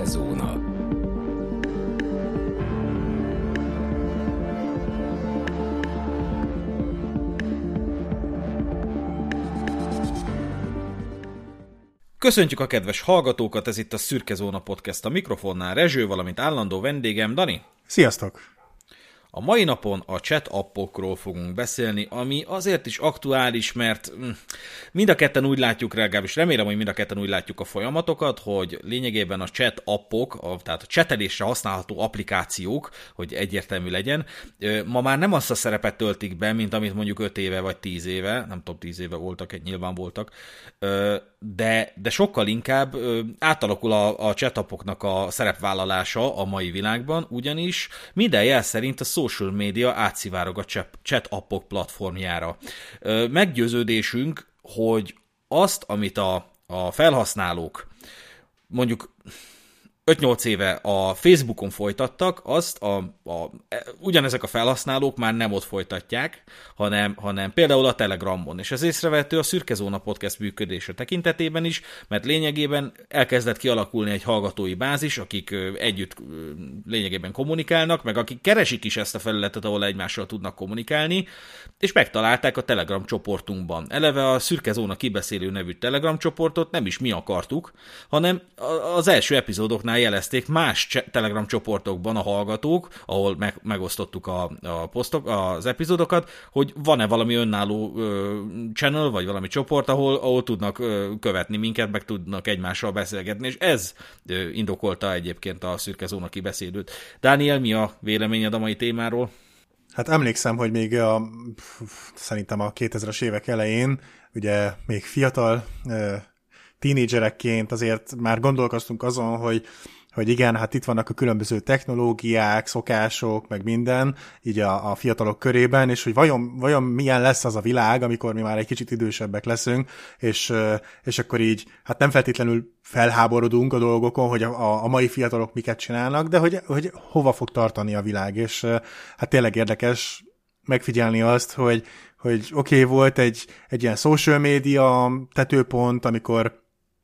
Szürkezóna. Köszöntjük a kedves hallgatókat, ez itt a Szürkezóna Podcast, a mikrofonnál Rezső, valamint állandó vendégem Dani. Sziasztok! A mai napon a chat appokról fogunk beszélni, ami azért is aktuális, mert mind a ketten úgy látjuk, legalábbis remélem, hogy mind a ketten úgy látjuk a folyamatokat, hogy lényegében a chat appok, tehát a chatelésre használható applikációk, hogy egyértelmű legyen, ma már nem azt a szerepet töltik be, mint amit mondjuk 5 éve vagy 10 éve, nem tudom, 10 éve voltak, nyilván voltak, de sokkal inkább átalakul a chat appoknak a szerepvállalása a mai világban, ugyanis minden jel szerint a social media átszivárog a chat appok platformjára. Meggyőződésünk, hogy azt, amit a felhasználók mondjuk 5-8 éve a Facebookon folytattak, azt ugyanezek a felhasználók már nem ott folytatják, hanem például a Telegramon. És ez észrevehető a Szürkezóna Podcast működése tekintetében is, mert lényegében elkezdett kialakulni egy hallgatói bázis, akik együtt lényegében kommunikálnak, meg akik keresik is ezt a felületet, ahol egymással tudnak kommunikálni, és megtalálták a Telegram csoportunkban. Eleve a Szürkezóna Kibeszélő nevű Telegram csoportot nem is mi akartuk, hanem az első epizódoknál jelezték más Telegram csoportokban a hallgatók, ahol megosztottuk az epizódokat, hogy van-e valami önálló channel, vagy valami csoport, ahol tudnak követni minket, meg tudnak egymással beszélgetni, és ez indokolta egyébként a Szürkezóna Kibeszélőt. Dániel, mi a véleményed a mai témáról? Hát emlékszem, hogy még szerintem a 2000-es évek elején, ugye még fiatal tínédzserekként azért már gondolkoztunk azon, hogy igen, hát itt vannak a különböző technológiák, szokások, meg minden, így a fiatalok körében, és hogy vajon milyen lesz az a világ, amikor mi már egy kicsit idősebbek leszünk, és akkor így, hát nem feltétlenül felháborodunk a dolgokon, hogy a mai fiatalok miket csinálnak, de hogy hova fog tartani a világ, és hát tényleg érdekes megfigyelni azt, hogy oké, volt egy ilyen social media tetőpont, amikor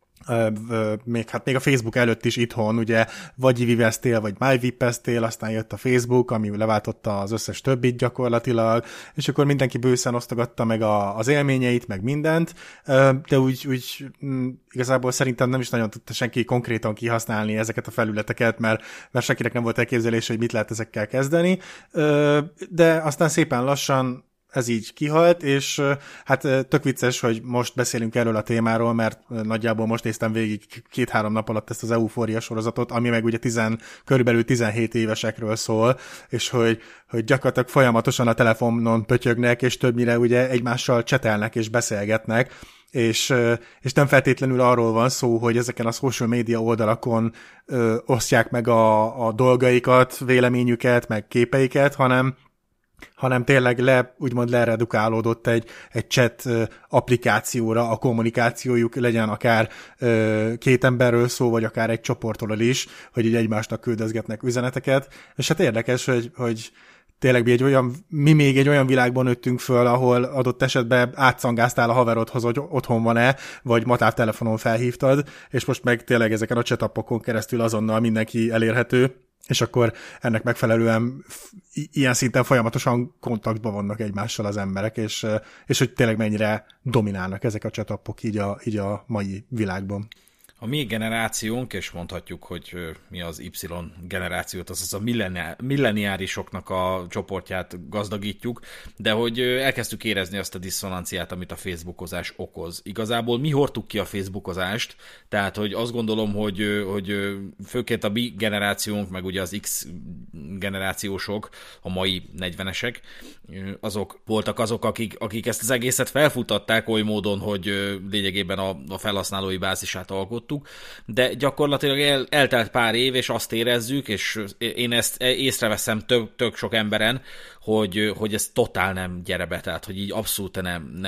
még a Facebook előtt is itthon, ugye, vagy Viveztél, vagy MyVipeztél, aztán jött a Facebook, ami leváltotta az összes többit gyakorlatilag, és akkor mindenki bőszen osztogatta meg az élményeit, meg mindent, de úgy igazából szerintem nem is nagyon tudta senki konkrétan kihasználni ezeket a felületeket, mert senkinek nem volt elképzelése, hogy mit lehet ezekkel kezdeni, de aztán szépen lassan ez így kihalt, és hát tök vicces, hogy most beszélünk erről a témáról, mert nagyjából most néztem végig 2-3 nap alatt ezt az Euphoria sorozatot, ami meg ugye körülbelül 17 évesekről szól, és hogy gyakorlatilag folyamatosan a telefonon pötyögnek, és többnyire ugye egymással csetelnek és beszélgetnek, és nem feltétlenül arról van szó, hogy ezeken a social media oldalakon osztják meg a dolgaikat, véleményüket, meg képeiket, hanem tényleg úgymond leredukálódott egy chat applikációra a kommunikációjuk, legyen akár 2 emberről szó, vagy akár egy csoportról is, hogy így egymásnak küldözgetnek üzeneteket, és hát érdekes, hogy tényleg mi még egy olyan világban nőttünk föl, ahol adott esetben átszangáztál a haverodhoz, hogy otthon van-e, vagy matávtelefonon felhívtad, és most meg tényleg ezeken a chat-appokon keresztül azonnal mindenki elérhető, és akkor ennek megfelelően ilyen szinten folyamatosan kontaktban vannak egymással az emberek, és hogy tényleg mennyire dominálnak ezek a chat-appok így a mai világban. A mi generációnk, és mondhatjuk, hogy mi az Y generációt, azaz a milleniárisoknak a csoportját gazdagítjuk, de hogy elkezdtük érezni azt a diszonanciát, amit a facebookozás okoz. Igazából mi hordtuk ki a facebookozást, tehát hogy azt gondolom, hogy főként a mi generációnk, meg ugye az X generációsok, a mai 40-esek, azok voltak azok, akik ezt az egészet felfutatták oly módon, hogy lényegében a felhasználói bázisát alkottuk, de gyakorlatilag eltelt pár év, és azt érezzük, és én ezt észreveszem tök sok emberen, hogy ez totál nem gyere be, tehát hogy így abszolút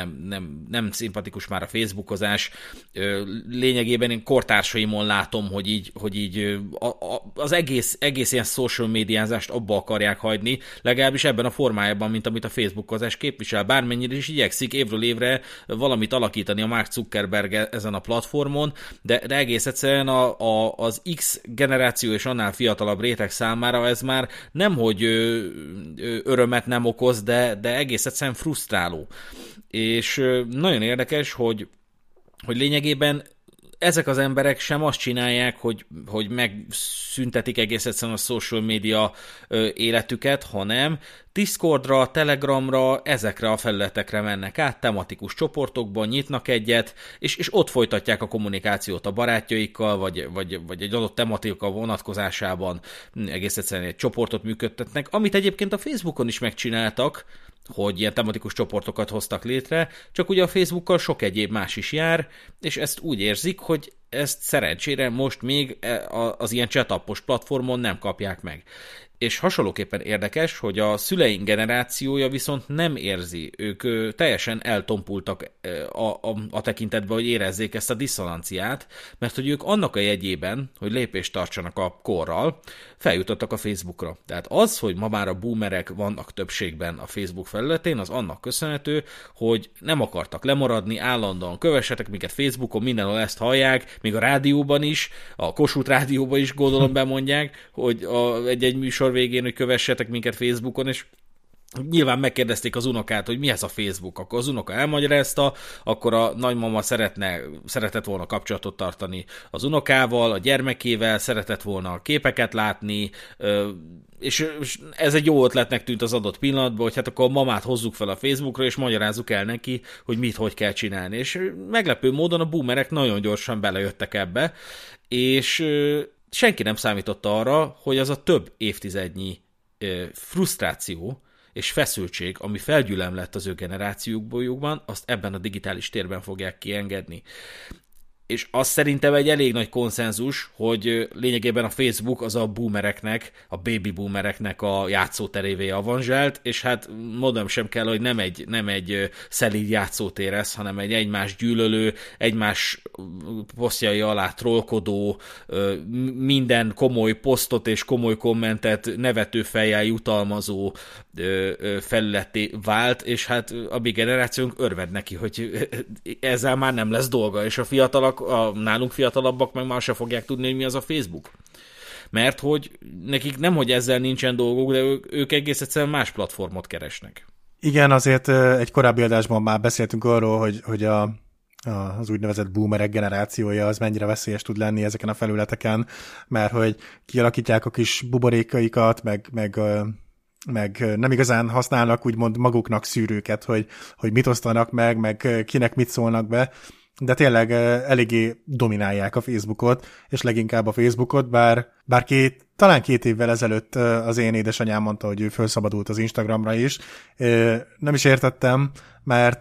nem szimpatikus már a Facebookozás. Lényegében én kortársaimon látom, hogy így az egész ilyen social médiázást abba akarják hagyni, legalábbis ebben a formájában, mint amit a Facebookozás képvisel. Bármennyire is igyekszik évről évre valamit alakítani a Mark Zuckerberg ezen a platformon, de egész egyszerűen az X generáció és annál fiatalabb réteg számára ez már nemhogy örömet nem okoz, de egész egyszerűen frusztráló. És nagyon érdekes, hogy lényegében ezek az emberek sem azt csinálják, hogy megszüntetik egész egyszerűen a social media életüket, hanem Discordra, Telegramra, ezekre a felületekre mennek át, tematikus csoportokban nyitnak egyet, és ott folytatják a kommunikációt a barátjaikkal, vagy egy adott tematika vonatkozásában egész egyszerűen egy csoportot működtetnek, amit egyébként a Facebookon is megcsináltak, hogy ilyen tematikus csoportokat hoztak létre, csak ugye a Facebookkal sok egyéb más is jár, és ezt úgy érzik, hogy ezt szerencsére most még az ilyen chat-appos platformon nem kapják meg. És hasonlóképpen érdekes, hogy a szüleink generációja viszont nem érzi. Ők teljesen eltompultak a tekintetben, hogy érezzék ezt a diszonanciát, mert hogy ők annak a jegyében, hogy lépést tartsanak a korral, feljutottak a Facebookra. Tehát az, hogy ma már a boomerek vannak többségben a Facebook felületén, az annak köszönhető, hogy nem akartak lemaradni, állandóan kövessetek minket Facebookon, mindenhol ezt hallják, még a rádióban is, a Kossuth rádióban is gondolom bemondják, hogy egy műsor végén, hogy kövessetek minket Facebookon, és nyilván megkérdezték az unokát, hogy mi ez a Facebook. Akkor az unoka elmagyarázta, akkor a nagymama szeretett volna kapcsolatot tartani az unokával, a gyermekével, szeretett volna képeket látni, és ez egy jó ötletnek tűnt az adott pillanatban, hogy hát akkor a mamát hozzuk fel a Facebookra, és magyarázzuk el neki, hogy hogy kell csinálni. És meglepő módon a boomerek nagyon gyorsan belejöttek ebbe, és senki nem számította arra, hogy az a több évtizednyi frusztráció és feszültség, ami felgyülem lett az ő generációkban, azt ebben a digitális térben fogják kiengedni. És az szerintem egy elég nagy konszenzus, hogy lényegében a Facebook az a boomereknek, a baby boomereknek a játszóterévé avanzsált, és hát mondanom sem kell, hogy nem egy szelíd játszótér ez, hanem egy egymás gyűlölő, egymás posztjai alá trollkodó, minden komoly posztot és komoly kommentet nevető fejjel jutalmazó felületé vált, és hát a mi generációnk örved neki, hogy ezzel már nem lesz dolga, és a fiatalok, a nálunk fiatalabbak meg már se fogják tudni, hogy mi az a Facebook. Mert hogy nekik nemhogy ezzel nincsen dolguk, de ők egész egyszerűen más platformot keresnek. Igen, azért egy korábbi adásban már beszéltünk arról, hogy az úgynevezett boomerek generációja az mennyire veszélyes tud lenni ezeken a felületeken, mert hogy kialakítják a kis buborékaikat, meg nem igazán használnak úgymond maguknak szűrőket, hogy mit osztanak meg kinek mit szólnak be, de tényleg eléggé dominálják a Facebookot, és leginkább a Facebookot, bár talán 2 évvel ezelőtt az én édesanyám mondta, hogy ő felszabadult az Instagramra is. Nem is értettem, mert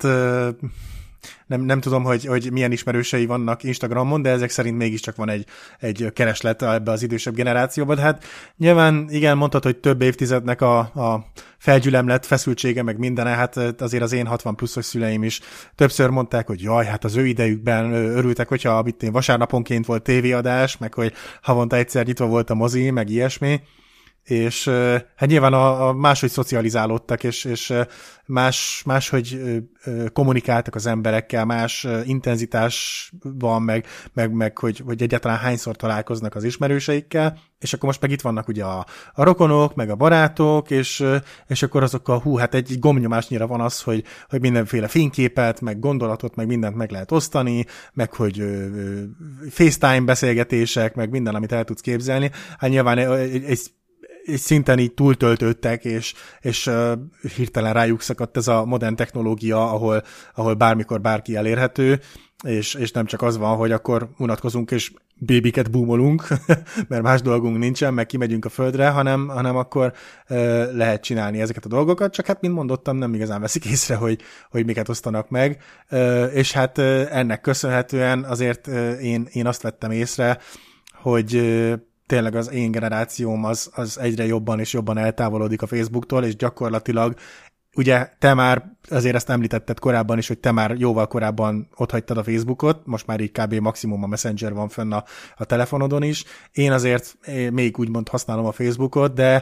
nem tudom, hogy milyen ismerősei vannak Instagramon, de ezek szerint mégiscsak van egy kereslet ebbe az idősebb generációba. De hát nyilván igen, mondtad, hogy több évtizednek a felgyülemlett feszültsége, meg mindene, hát azért az én 60 pluszos szüleim is többször mondták, hogy jaj, hát az ő idejükben örültek, hogyha vasárnaponként volt tévéadás, meg hogy havonta egyszer nyitva volt a mozi, meg ilyesmi. És hát nyilván a máshogy szocializálódtak, és máshogy kommunikáltak az emberekkel, más intenzitásban, meg hogy egyáltalán hányszor találkoznak az ismerőseikkel, és akkor most meg itt vannak ugye a rokonok, meg a barátok, és akkor azokkal, hát egy gombnyomásnyira van az, hogy mindenféle fényképet, meg gondolatot, meg mindent meg lehet osztani, meg hogy FaceTime beszélgetések, meg minden, amit el tudsz képzelni. Hát nyilván egy szinten így túltöltődtek, és hirtelen rájuk szakadt ez a modern technológia, ahol bármikor bárki elérhető, és nem csak az van, hogy akkor unatkozunk és bébiket boomolunk, mert más dolgunk nincsen, meg kimegyünk a földre, hanem akkor lehet csinálni ezeket a dolgokat, csak hát, mint mondottam, nem igazán veszik észre, hogy miket osztanak meg, és hát ennek köszönhetően azért én azt vettem észre, hogy tényleg az én generációm az egyre jobban és jobban eltávolodik a Facebooktól, és gyakorlatilag ugye te már, azért ezt említetted korábban is, hogy te már jóval korábban otthagytad a Facebookot, most már így kb. Maximum a Messenger van fönn a telefonodon is. Én azért még úgymond használom a Facebookot, de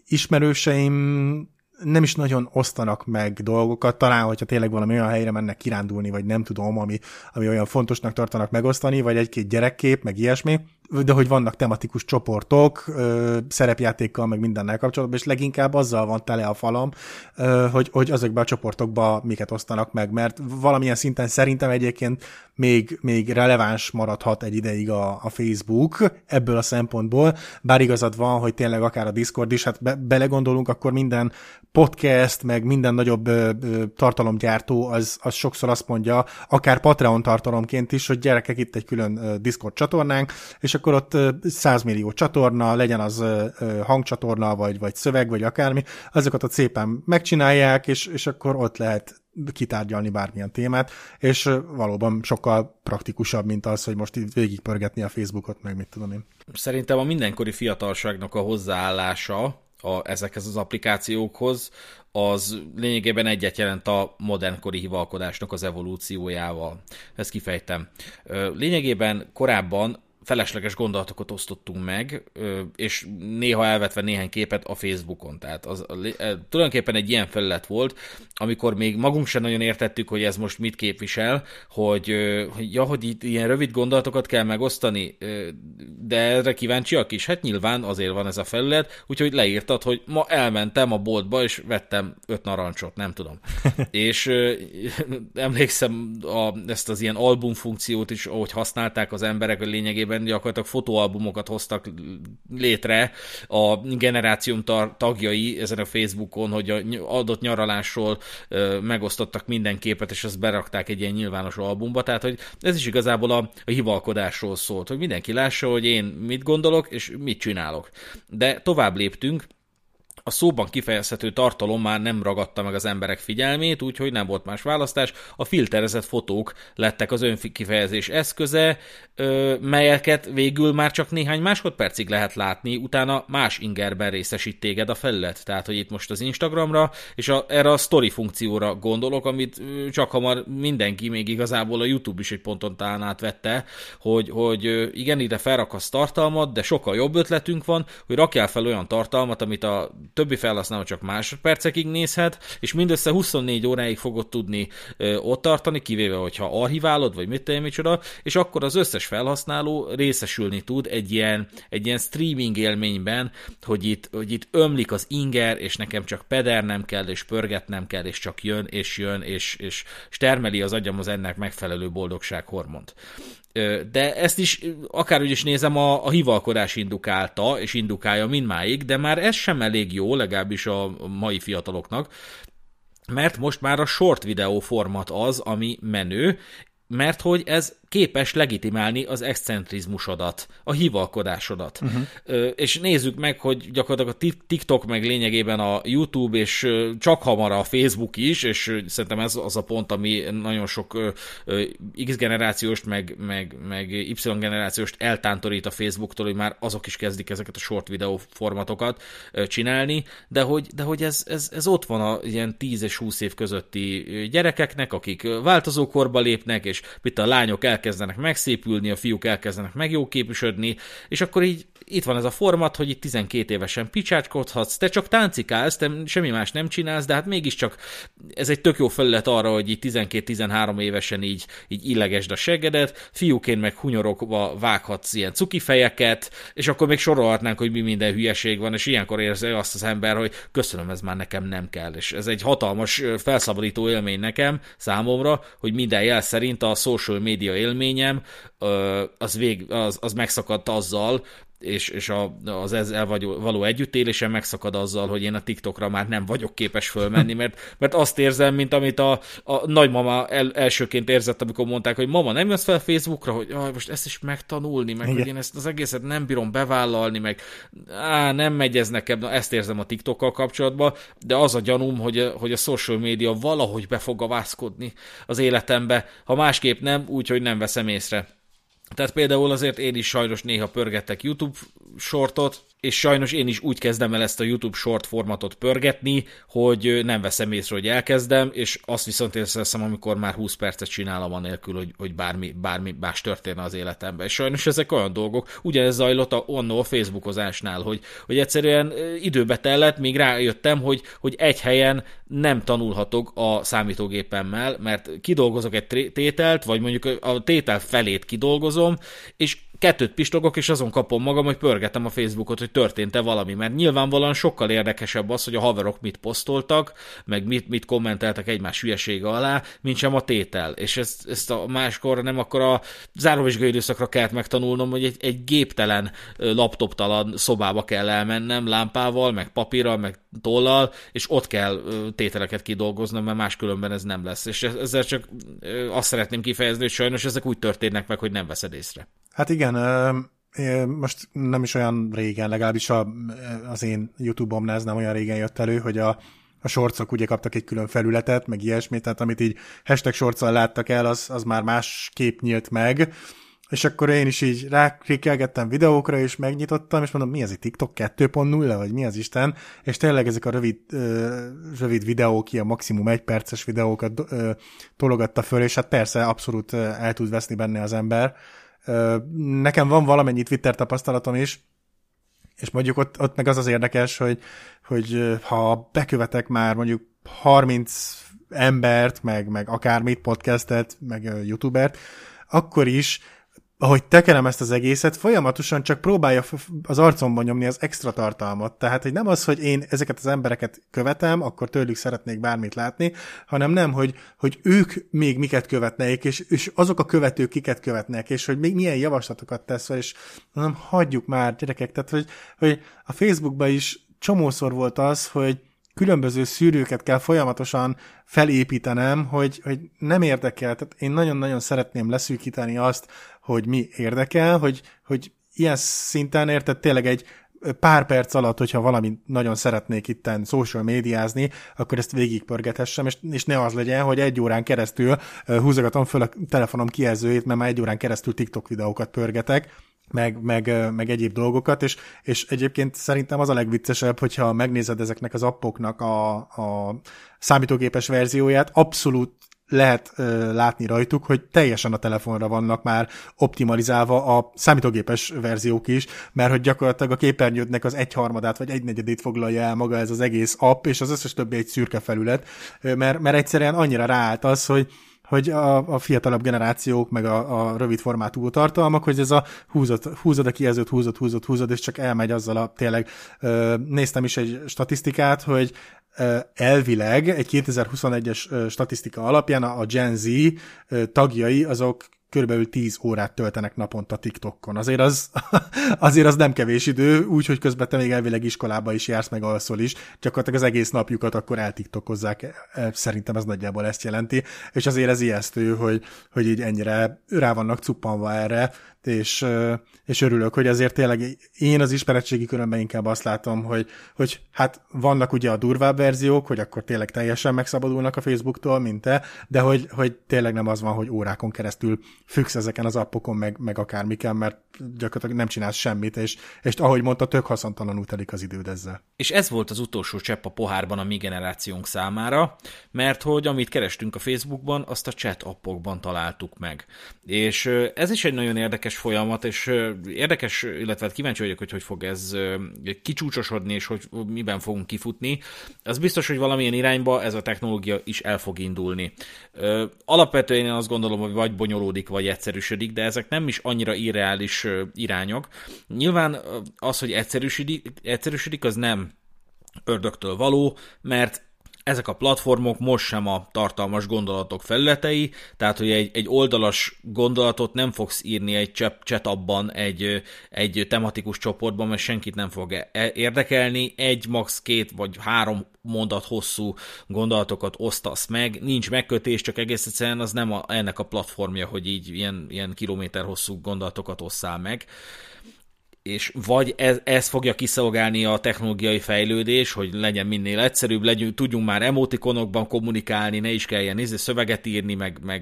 ismerőseim nem is nagyon osztanak meg dolgokat, talán, hogyha tényleg valami olyan helyre mennek kirándulni, vagy nem tudom, ami olyan fontosnak tartanak megosztani, vagy egy-két gyerekkép, meg ilyesmi, de hogy vannak tematikus csoportok, szerepjátékkal, meg mindennel kapcsolatban, és leginkább azzal van tele a falam, hogy azokban a csoportokban miket osztanak meg, mert valamilyen szinten szerintem egyébként még releváns maradhat egy ideig a Facebook ebből a szempontból, bár igazad van, hogy tényleg akár a Discord is, hát belegondolunk, akkor minden podcast, meg minden nagyobb tartalomgyártó, az sokszor azt mondja, akár Patreon tartalomként is, hogy gyerekek, itt egy külön Discord csatornánk, és akkor ott 100 millió csatorna, legyen az hangcsatorna, vagy szöveg, vagy akármi, azokat ott szépen megcsinálják, és akkor ott lehet kitárgyalni bármilyen témát, és valóban sokkal praktikusabb, mint az, hogy most így végigpörgetni a Facebookot, meg mit tudom én. Szerintem a mindenkori fiatalságnak a hozzáállása ezekhez az applikációkhoz, az lényegében egyet jelent a modernkori hivalkodásnak az evolúciójával. Ezt kifejtem. Lényegében korábban felesleges gondolatokat osztottunk meg, és néha elvetve néhány képet a Facebookon. Tehát tulajdonképpen egy ilyen felület volt, amikor még magunk sem nagyon értettük, hogy ez most mit képvisel, hogy itt ilyen rövid gondolatokat kell megosztani, de erre kíváncsiak is. Hát nyilván azért van ez a felület, úgyhogy leírtad, hogy ma elmentem a boltba, és vettem 5 narancsot, nem tudom. És emlékszem ezt az ilyen album funkciót is, ahogy használták az emberek, a lényegében gyakorlatilag fotóalbumokat hoztak létre a generációm tagjai ezen a Facebookon, hogy adott nyaralásról megosztottak minden képet, és azt berakták egy ilyen nyilvános albumba, tehát hogy ez is igazából a hivalkodásról szólt, hogy mindenki lássa, hogy én mit gondolok, és mit csinálok. De tovább léptünk, a szóban kifejezhető tartalom már nem ragadta meg az emberek figyelmét, úgyhogy nem volt más választás. A filterezett fotók lettek az önkifejezés eszköze, melyeket végül már csak néhány másodpercig lehet látni, utána más ingerben részesít téged a felület. Tehát, hogy itt most az Instagramra, és erre a story funkcióra gondolok, amit csak hamar mindenki, még igazából a YouTube is egy ponton talán átvette, hogy igen, ide felrakasz tartalmat, de sokkal jobb ötletünk van, hogy rakjál fel olyan tartalmat, amit a többi felhasználó csak másodpercekig nézhet, és mindössze 24 óráig fogod tudni ott tartani, kivéve, hogyha archiválod, vagy mit tudom micsoda, és akkor az összes felhasználó részesülni tud egy ilyen streaming élményben, hogy itt ömlik az inger, és nekem csak pedernem kell, és pörgetnem kell, és csak jön, és termeli az agyam az ennek megfelelő boldogsághormont. De ezt is, akárhogy is nézem, a hivalkodás indukálta, és indukálja mindmáig, de már ez sem elég jó, legalábbis a mai fiataloknak, mert most már a short videó format az, ami menő, mert hogy ez képes legitimálni az excentrizmusodat, a hivalkodásodat. És nézzük meg, hogy gyakorlatilag a TikTok meg lényegében a YouTube, és csak hamar a Facebook is, és szerintem ez az a pont, ami nagyon sok X generációst, meg Y generációst eltántorít a Facebooktól, hogy már azok is kezdik ezeket a short videó formatokat csinálni, de hogy ez ott van a ilyen 10 és 20 év közötti gyerekeknek, akik változókorba lépnek, és a lányok elkezdenek megszépülni, a fiúk elkezdenek megjóképűsödni, és akkor így itt van ez a format, hogy itt 12 évesen picsácskodhatsz, te csak táncikálsz, te semmi más nem csinálsz, de hát mégiscsak ez egy tök jó felület arra, hogy így 12-13 évesen így illegesd a seggedet, fiúként meg hunyorokba vághatsz ilyen cuki fejeket, és akkor még sorolhatnánk, hogy mi minden hülyeség van, és ilyenkor érzi azt az ember, hogy köszönöm, ez már nekem nem kell, és ez egy hatalmas felszabadító élmény nekem, számomra, hogy minden jel szerint a social media élményem az megszakadt azzal, és az ezzel való együttélésem megszakad azzal, hogy én a TikTokra már nem vagyok képes fölmenni, mert azt érzem, mint amit a nagymama elsőként érzett, amikor mondták, hogy mama, nem jössz fel Facebookra, hogy most ezt is megtanulni, meg hogy én ezt az egészet nem bírom bevállalni, meg nem megy ez nekem, ezt érzem a TikTokkal kapcsolatban, de az a gyanúm, hogy a social media valahogy be fog gavászkodni az életembe, ha másképp nem, úgyhogy nem veszem észre. Tehát például azért én is sajnos néha pörgettek YouTube shortot, és sajnos én is úgy kezdem el ezt a YouTube short formatot pörgetni, hogy nem veszem észre, hogy elkezdem, és azt viszont észreveszem, amikor már 20 percet csinálom anélkül, hogy bármi más történne az életemben. És sajnos ezek olyan dolgok, ugyanez zajlott a Facebookozásnál, hogy egyszerűen időbe tellett, még rájöttem, hogy egy helyen nem tanulhatok a számítógépemmel, mert kidolgozok egy tételt, vagy mondjuk a tétel felét kidolgozom, és 2 pislogok, és azon kapom magam, hogy pörgetem a Facebookot, hogy történt-e valami, mert nyilvánvalóan sokkal érdekesebb az, hogy a haverok mit posztoltak, meg mit kommenteltek egymás hülyesége alá, mint sem a tétel. És ezt a máskor nem akkor a záróvizsgai időszakra kellett megtanulnom, hogy egy géptelen, laptoptalan szobába kell elmennem lámpával, meg papírral, meg tollal, és ott kell tételeket kidolgoznom, mert máskülönben ez nem lesz. És ezzel csak azt szeretném kifejezni, hogy sajnos ezek úgy történnek meg, hogy nem veszed észre. Hát igen, most nem is olyan régen, legalábbis az én YouTube-omnál ez nem olyan régen jött elő, hogy a shortsok ugye kaptak egy külön felületet, meg ilyesmit, tehát amit így #shortszal láttak el, az már más kép nyílt meg, és akkor én is így ráklikkelgettem videókra, és megnyitottam, és mondom, mi ez, egy TikTok 2.0, vagy mi az Isten, és tényleg ezek a rövid videók, ilyen maximum 1 perces videókat tologatta föl, és hát persze abszolút el tud veszni benne az ember. Nekem van valamennyi Twitter tapasztalatom is, és mondjuk ott meg az érdekes, hogy ha bekövetek már mondjuk 30 embert, meg akármit, podcastet, meg YouTubert, akkor is, ahogy tekerem ezt az egészet, folyamatosan csak próbálja az arcomban nyomni az extra tartalmat. Tehát, hogy nem az, hogy én ezeket az embereket követem, akkor tőlük szeretnék bármit látni, hanem nem, hogy ők még miket követnek, és azok a követők kiket követnek, és hogy még milyen javaslatokat tesz, és nem hagyjuk már, gyerekek. Tehát, hogy a Facebookban is csomószor volt az, hogy különböző szűrőket kell folyamatosan felépítenem, hogy nem érdekel. Tehát én nagyon-nagyon szeretném leszűkíteni azt, hogy mi érdekel, hogy ilyen szinten érted tényleg egy pár perc alatt, hogyha valamit nagyon szeretnék itten social médiázni, akkor ezt végigpörgethessem, és ne az legyen, hogy 1 órán keresztül húzogatom föl a telefonom kijelzőjét, mert már 1 órán keresztül TikTok videókat pörgetek, meg egyéb dolgokat, és egyébként szerintem az a legviccesebb, hogyha megnézed ezeknek az appoknak a számítógépes verzióját, abszolút lehet látni rajtuk, hogy teljesen a telefonra vannak már optimalizálva a számítógépes verziók is, mert hogy gyakorlatilag a képernyődnek az 1/3 vagy 1/4 foglalja el maga ez az egész app, és az összes többi egy szürke felület, mert egyszerűen annyira ráállt az, hogy a fiatalabb generációk, meg a rövid formátú tartalmak, hogy ez a húzod a kijelzőt, húzod, és csak elmegy azzal tényleg. Néztem is egy statisztikát, hogy elvileg egy 2021-es statisztika alapján a Gen Z tagjai azok körülbelül 10 órát töltenek naponta TikTokon. Azért az nem kevés idő, úgyhogy közben te még elvileg iskolába is jársz, meg alszol is. Gyakorlatilag az egész napjukat akkor eltiktokozzák. Szerintem ez nagyjából ezt jelenti. És azért ez ijesztő, hogy így ennyire rá vannak cuppanva erre, és örülök, hogy azért tényleg én az ismeretségi körömben inkább azt látom, hogy hát vannak ugye a durvább verziók, hogy akkor tényleg teljesen megszabadulnak a Facebooktól, mint te, de hogy tényleg nem az van, hogy órákon keresztül függsz ezeken az appokon, meg akármiken, mert gyakorlatilag nem csinálsz semmit, és ahogy mondta, tök haszontalanul telik az időd ezzel. És ez volt az utolsó csepp a pohárban a mi generációnk számára, mert hogy amit kerestünk a Facebookban, azt a chat appokban találtuk meg. És ez is egy nagyon érdekes folyamat, és érdekes, illetve kíváncsi vagyok, hogy fog ez kicsúcsosodni, és hogy miben fogunk kifutni. Az biztos, hogy valamilyen irányba ez a technológia is el fog indulni. Alapvetően én azt gondolom, hogy vagy bonyolódik, vagy egyszerűsödik, de ezek nem is annyira irreális irányok. Nyilván az, hogy egyszerűsödik, az nem ördögtől való, mert ezek a platformok most sem a tartalmas gondolatok felületei, tehát hogy egy oldalas gondolatot nem fogsz írni egy chat appban, egy tematikus csoportban, mert senkit nem fog érdekelni, 1, max. 2 vagy 3 mondat hosszú gondolatokat osztasz meg, nincs megkötés, csak egész egyszerűen az nem ennek a platformja, hogy így ilyen kilométer hosszú gondolatokat osszál meg. és vagy ez fogja kiszolgálni a technológiai fejlődés, hogy legyen minél egyszerűbb, tudjunk már emotikonokban kommunikálni, ne is kelljen szöveget írni,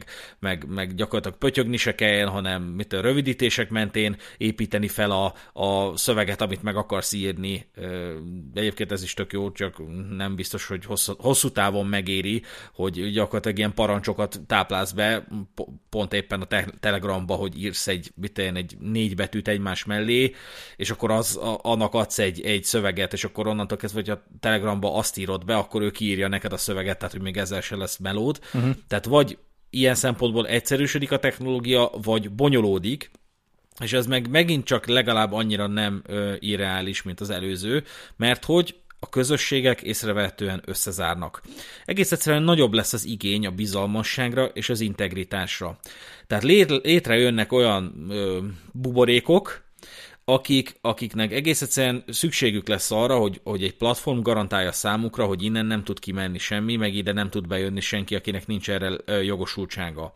meg gyakorlatilag pötyögni se kelljen, hanem rövidítések mentén építeni fel a szöveget, amit meg akarsz írni. Egyébként ez is tök jó, csak nem biztos, hogy hosszú távon megéri, hogy gyakorlatilag ilyen parancsokat táplálsz be, pont éppen a Telegramban, hogy írsz egy 4 betűt egymás mellé, és akkor annak adsz egy szöveget, és akkor onnantól kezdve, hogy a Telegramban azt írod be, akkor ő kiírja neked a szöveget, tehát hogy még ezzel se lesz melód. Tehát vagy ilyen szempontból egyszerűsödik a technológia, vagy bonyolódik, és ez megint csak legalább annyira nem irreális, mint az előző, mert hogy a közösségek észrevehetően összezárnak. Egész egyszerűen nagyobb lesz az igény a bizalmasságra és az integritásra. Tehát létrejönnek olyan buborékok, akiknek egész egyszerűen szükségük lesz arra, hogy egy platform garantálja számukra, hogy innen nem tud kimenni semmi, meg ide nem tud bejönni senki, akinek nincs erre jogosultsága.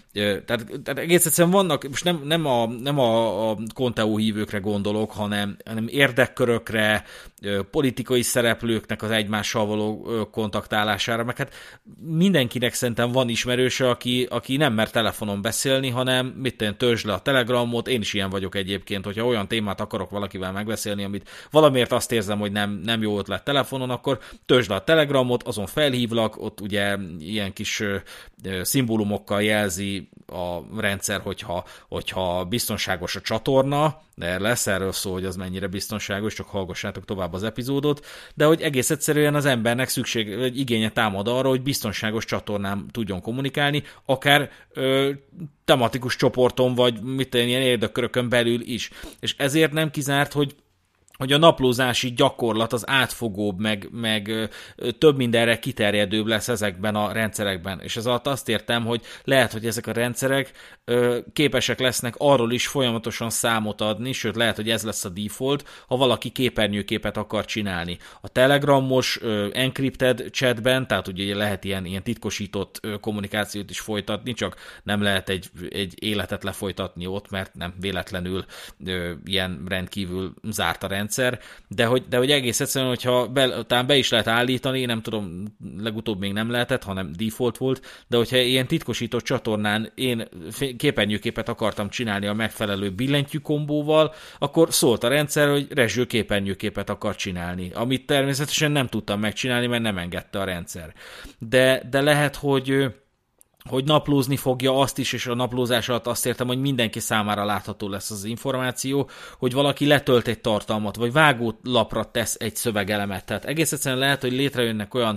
Tehát egész egyszerűen vannak, most nem a Conteo hívőkre gondolok, hanem érdekkörökre, politikai szereplőknek az egymással való kontaktálására, meg hát mindenkinek szerintem van ismerőse, aki nem mer telefonon beszélni, hanem töltsd le a Telegramot, én is ilyen vagyok egyébként, hogyha olyan témát akarok valakivel megbeszélni, amit valamiért azt érzem, hogy nem jó ötlet telefonon, akkor töltsd le a Telegramot, azon felhívlak, ott ugye ilyen kis szimbólumokkal jelzi a rendszer, hogyha biztonságos a csatorna, de lesz erről szó, hogy az mennyire biztonságos, csak hallgassátok tovább az epizódot, de hogy egész egyszerűen az embernek igénye támad arra, hogy biztonságos csatornán tudjon kommunikálni, akár tematikus csoporton, vagy ilyen érdekkörökön belül is. És ezért nem kizárt, hogy a naplózási gyakorlat az átfogóbb, meg több mindenre kiterjedőbb lesz ezekben a rendszerekben. És ez alatt azt értem, hogy lehet, hogy ezek a rendszerek képesek lesznek arról is folyamatosan számot adni, sőt lehet, hogy ez lesz a default, ha valaki képernyőképet akar csinálni. A Telegramos encrypted chatben, tehát ugye lehet ilyen titkosított kommunikációt is folytatni, csak nem lehet egy életet lefolytatni ott, mert nem véletlenül ilyen rendkívül zárt a rendszer. De hogy egész egyszerűen, hogyha talán be is lehet állítani, nem tudom, legutóbb még nem lehetett, hanem default volt, de hogyha ilyen titkosított csatornán én képernyőképet akartam csinálni a megfelelő billentyű kombóval, akkor szólt a rendszer, hogy Rezső képernyőképet akar csinálni, amit természetesen nem tudtam megcsinálni, mert nem engedte a rendszer. De lehet, hogy naplózni fogja azt is, és a naplózás alatt azt értem, hogy mindenki számára látható lesz az információ, hogy valaki letölt egy tartalmat, vagy vágólapra tesz egy szövegelemet. Tehát egész egyszerűen lehet, hogy létrejönnek olyan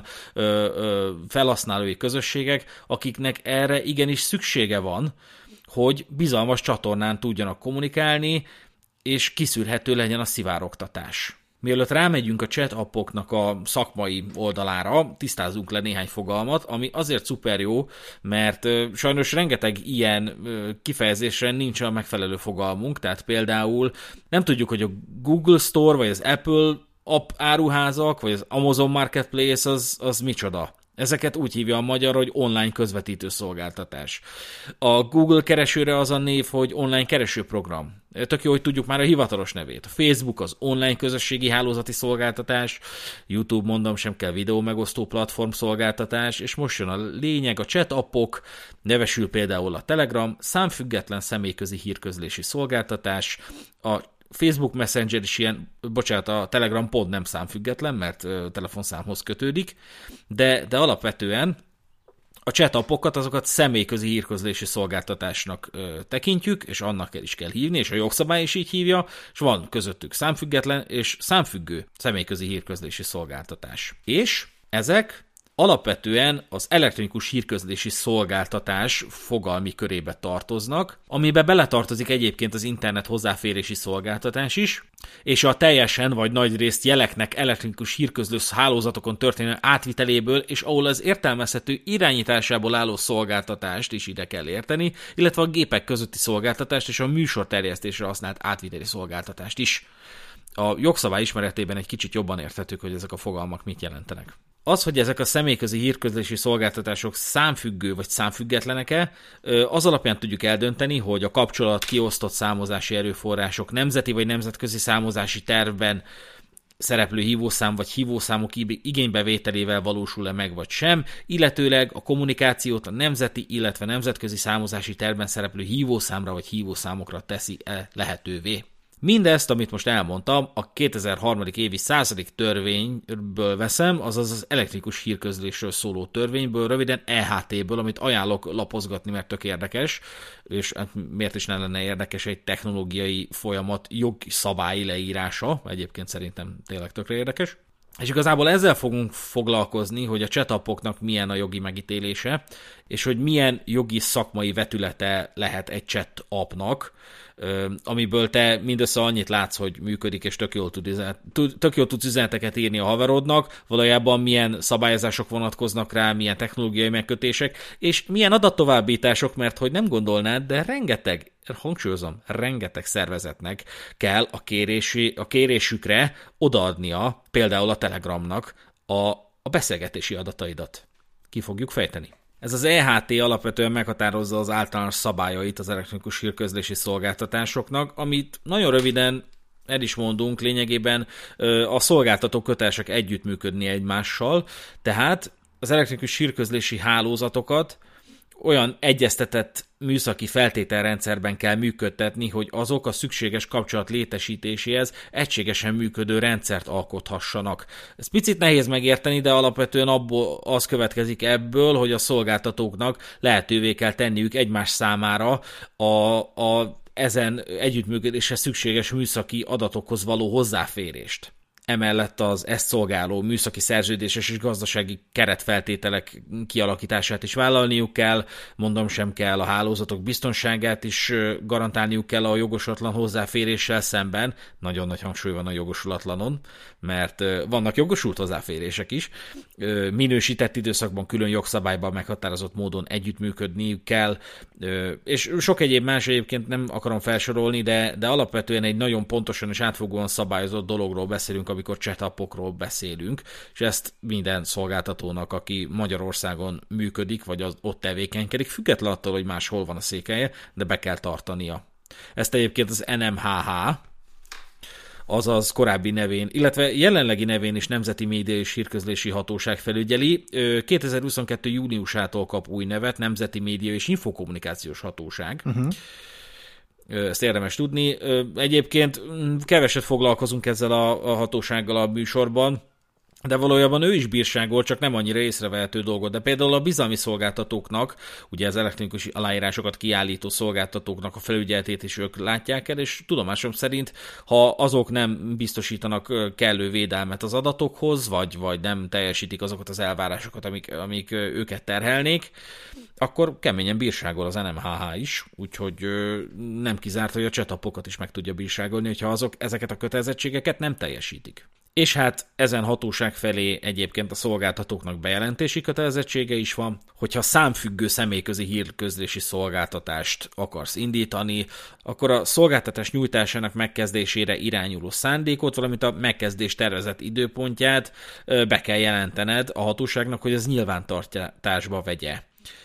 felhasználói közösségek, akiknek erre igenis szüksége van, hogy bizalmas csatornán tudjanak kommunikálni, és kiszűrhető legyen a szivárogtatás. Mielőtt rámegyünk a chat appoknak a szakmai oldalára, tisztázzunk le néhány fogalmat, ami azért szuper jó, mert sajnos rengeteg ilyen kifejezésre nincs a megfelelő fogalmunk, tehát például nem tudjuk, hogy a Google Store, vagy az Apple app áruházak, vagy az Amazon Marketplace az micsoda. Ezeket úgy hívja a magyar, hogy online közvetítő szolgáltatás. A Google keresőre az a név, hogy online keresőprogram. Tök jó, hogy tudjuk már a hivatalos nevét. A Facebook az online közösségi hálózati szolgáltatás, YouTube mondom, sem kell videó megosztó platform szolgáltatás, és most jön a lényeg, a chat appok, nevesül például a Telegram, számfüggetlen személyközi hírközlési szolgáltatás, a Facebook Messenger is ilyen, a Telegram pont nem számfüggetlen, mert telefonszámhoz kötődik, de alapvetően a chat appokat, azokat személyközi hírközlési szolgáltatásnak tekintjük, és annak is kell hívni, és a jogszabály is így hívja, és van közöttük számfüggetlen és számfüggő személyközi hírközlési szolgáltatás. És ezek alapvetően az elektronikus hírközlési szolgáltatás fogalmi körébe tartoznak, amibe beletartozik egyébként az internet hozzáférési szolgáltatás is, és a teljesen vagy nagy részt jeleknek elektronikus hírközlő hálózatokon történő átviteléből, és ahol az értelmezhető irányításából álló szolgáltatást is ide kell érteni, illetve a gépek közötti szolgáltatást és a műsorterjesztésre használt átviteli szolgáltatást is. A jogszabály ismeretében egy kicsit jobban érthetők, hogy ezek a fogalmak mit jelentenek. Az, hogy ezek a személyközi hírközlési szolgáltatások számfüggő vagy számfüggetlenek-e, az alapján tudjuk eldönteni, hogy a kapcsolat kiosztott számozási erőforrások nemzeti vagy nemzetközi számozási tervben szereplő hívószám vagy hívószámok igénybevételével valósul-e meg vagy sem, illetőleg a kommunikációt a nemzeti, illetve nemzetközi számozási tervben szereplő hívószámra vagy hívószámokra teszi-e lehetővé. Mindezt, amit most elmondtam, a 2003. évi 100. törvényből veszem, azaz az elektronikus hírközlésről szóló törvényből, röviden EHT-ből, amit ajánlok lapozgatni, mert tök érdekes, és miért is ne lenne érdekes egy technológiai folyamat jogszabályi leírása, egyébként szerintem tényleg tökre érdekes. És igazából ezzel fogunk foglalkozni, hogy a chat appoknak milyen a jogi megítélése, és hogy milyen jogi szakmai vetülete lehet egy chat appnak, amiből te mindössze annyit látsz, hogy működik, és tök jól tudsz üzeneteket írni a haverodnak, valójában milyen szabályozások vonatkoznak rá, milyen technológiai megkötések, és milyen adattovábbítások, mert hogy nem gondolnád, de rengeteg szervezetnek kell a kérésükre odaadnia, például a Telegramnak a beszélgetési adataidat. Ki fogjuk fejteni. Ez az EHT alapvetően meghatározza az általános szabályait az elektronikus hírközlési szolgáltatásoknak, amit nagyon röviden el is mondunk, lényegében a szolgáltatók kötelesek együttműködni egymással, tehát az elektronikus hírközlési hálózatokat olyan egyeztetett műszaki feltételrendszerben kell működtetni, hogy azok a szükséges kapcsolat létesítéséhez egységesen működő rendszert alkothassanak. Ez picit nehéz megérteni, de alapvetően abból az következik ebből, hogy a szolgáltatóknak lehetővé kell tenniük egymás számára a ezen együttműködéshez szükséges műszaki adatokhoz való hozzáférést. Emellett az ezt szolgáló műszaki szerződéses és gazdasági keretfeltételek kialakítását is vállalniuk kell, mondom sem kell, a hálózatok biztonságát is garantálniuk kell a jogosulatlan hozzáféréssel szemben, nagyon nagy hangsúly van a jogosulatlanon, mert vannak jogosult hozzáférések is, minősített időszakban külön jogszabályban meghatározott módon együttműködniük kell, és sok egyéb más egyébként nem akarom felsorolni, de alapvetően egy nagyon pontosan és átfogóan szabályozott dologról beszélünk, amikor chat appokról beszélünk, és ezt minden szolgáltatónak, aki Magyarországon működik, vagy ott tevékenykedik, független attól, hogy máshol van a székhelye, de be kell tartania. Ezt egyébként az NMHH, azaz korábbi nevén, illetve jelenlegi nevén is Nemzeti Média és Hírközlési Hatóság felügyeli. 2022. júniusától kap új nevet, Nemzeti Média és Infokommunikációs Hatóság. Ezt érdemes tudni. Egyébként keveset foglalkozunk ezzel a hatósággal a műsorban, de valójában ő is bírságol, csak nem annyira észrevehető dolgot. De például a bizalmi szolgáltatóknak, ugye az elektronikus aláírásokat kiállító szolgáltatóknak a felügyeletét is ők látják el, és tudomásom szerint, ha azok nem biztosítanak kellő védelmet az adatokhoz, vagy nem teljesítik azokat az elvárásokat, amik őket terhelnék, akkor keményen bírságol az NMHH is, úgyhogy nem kizárt, hogy a chat appokat is meg tudja bírságolni, hogyha azok ezeket a kötelezettségeket nem teljesítik. És hát ezen hatóság felé egyébként a szolgáltatóknak bejelentési kötelezettsége is van, hogyha számfüggő személyközi hírközlési szolgáltatást akarsz indítani, akkor a szolgáltatás nyújtásának megkezdésére irányuló szándékot, valamint a megkezdés tervezett időpontját be kell jelentened a hatóságnak, hogy ez nyilvántartásba vegye.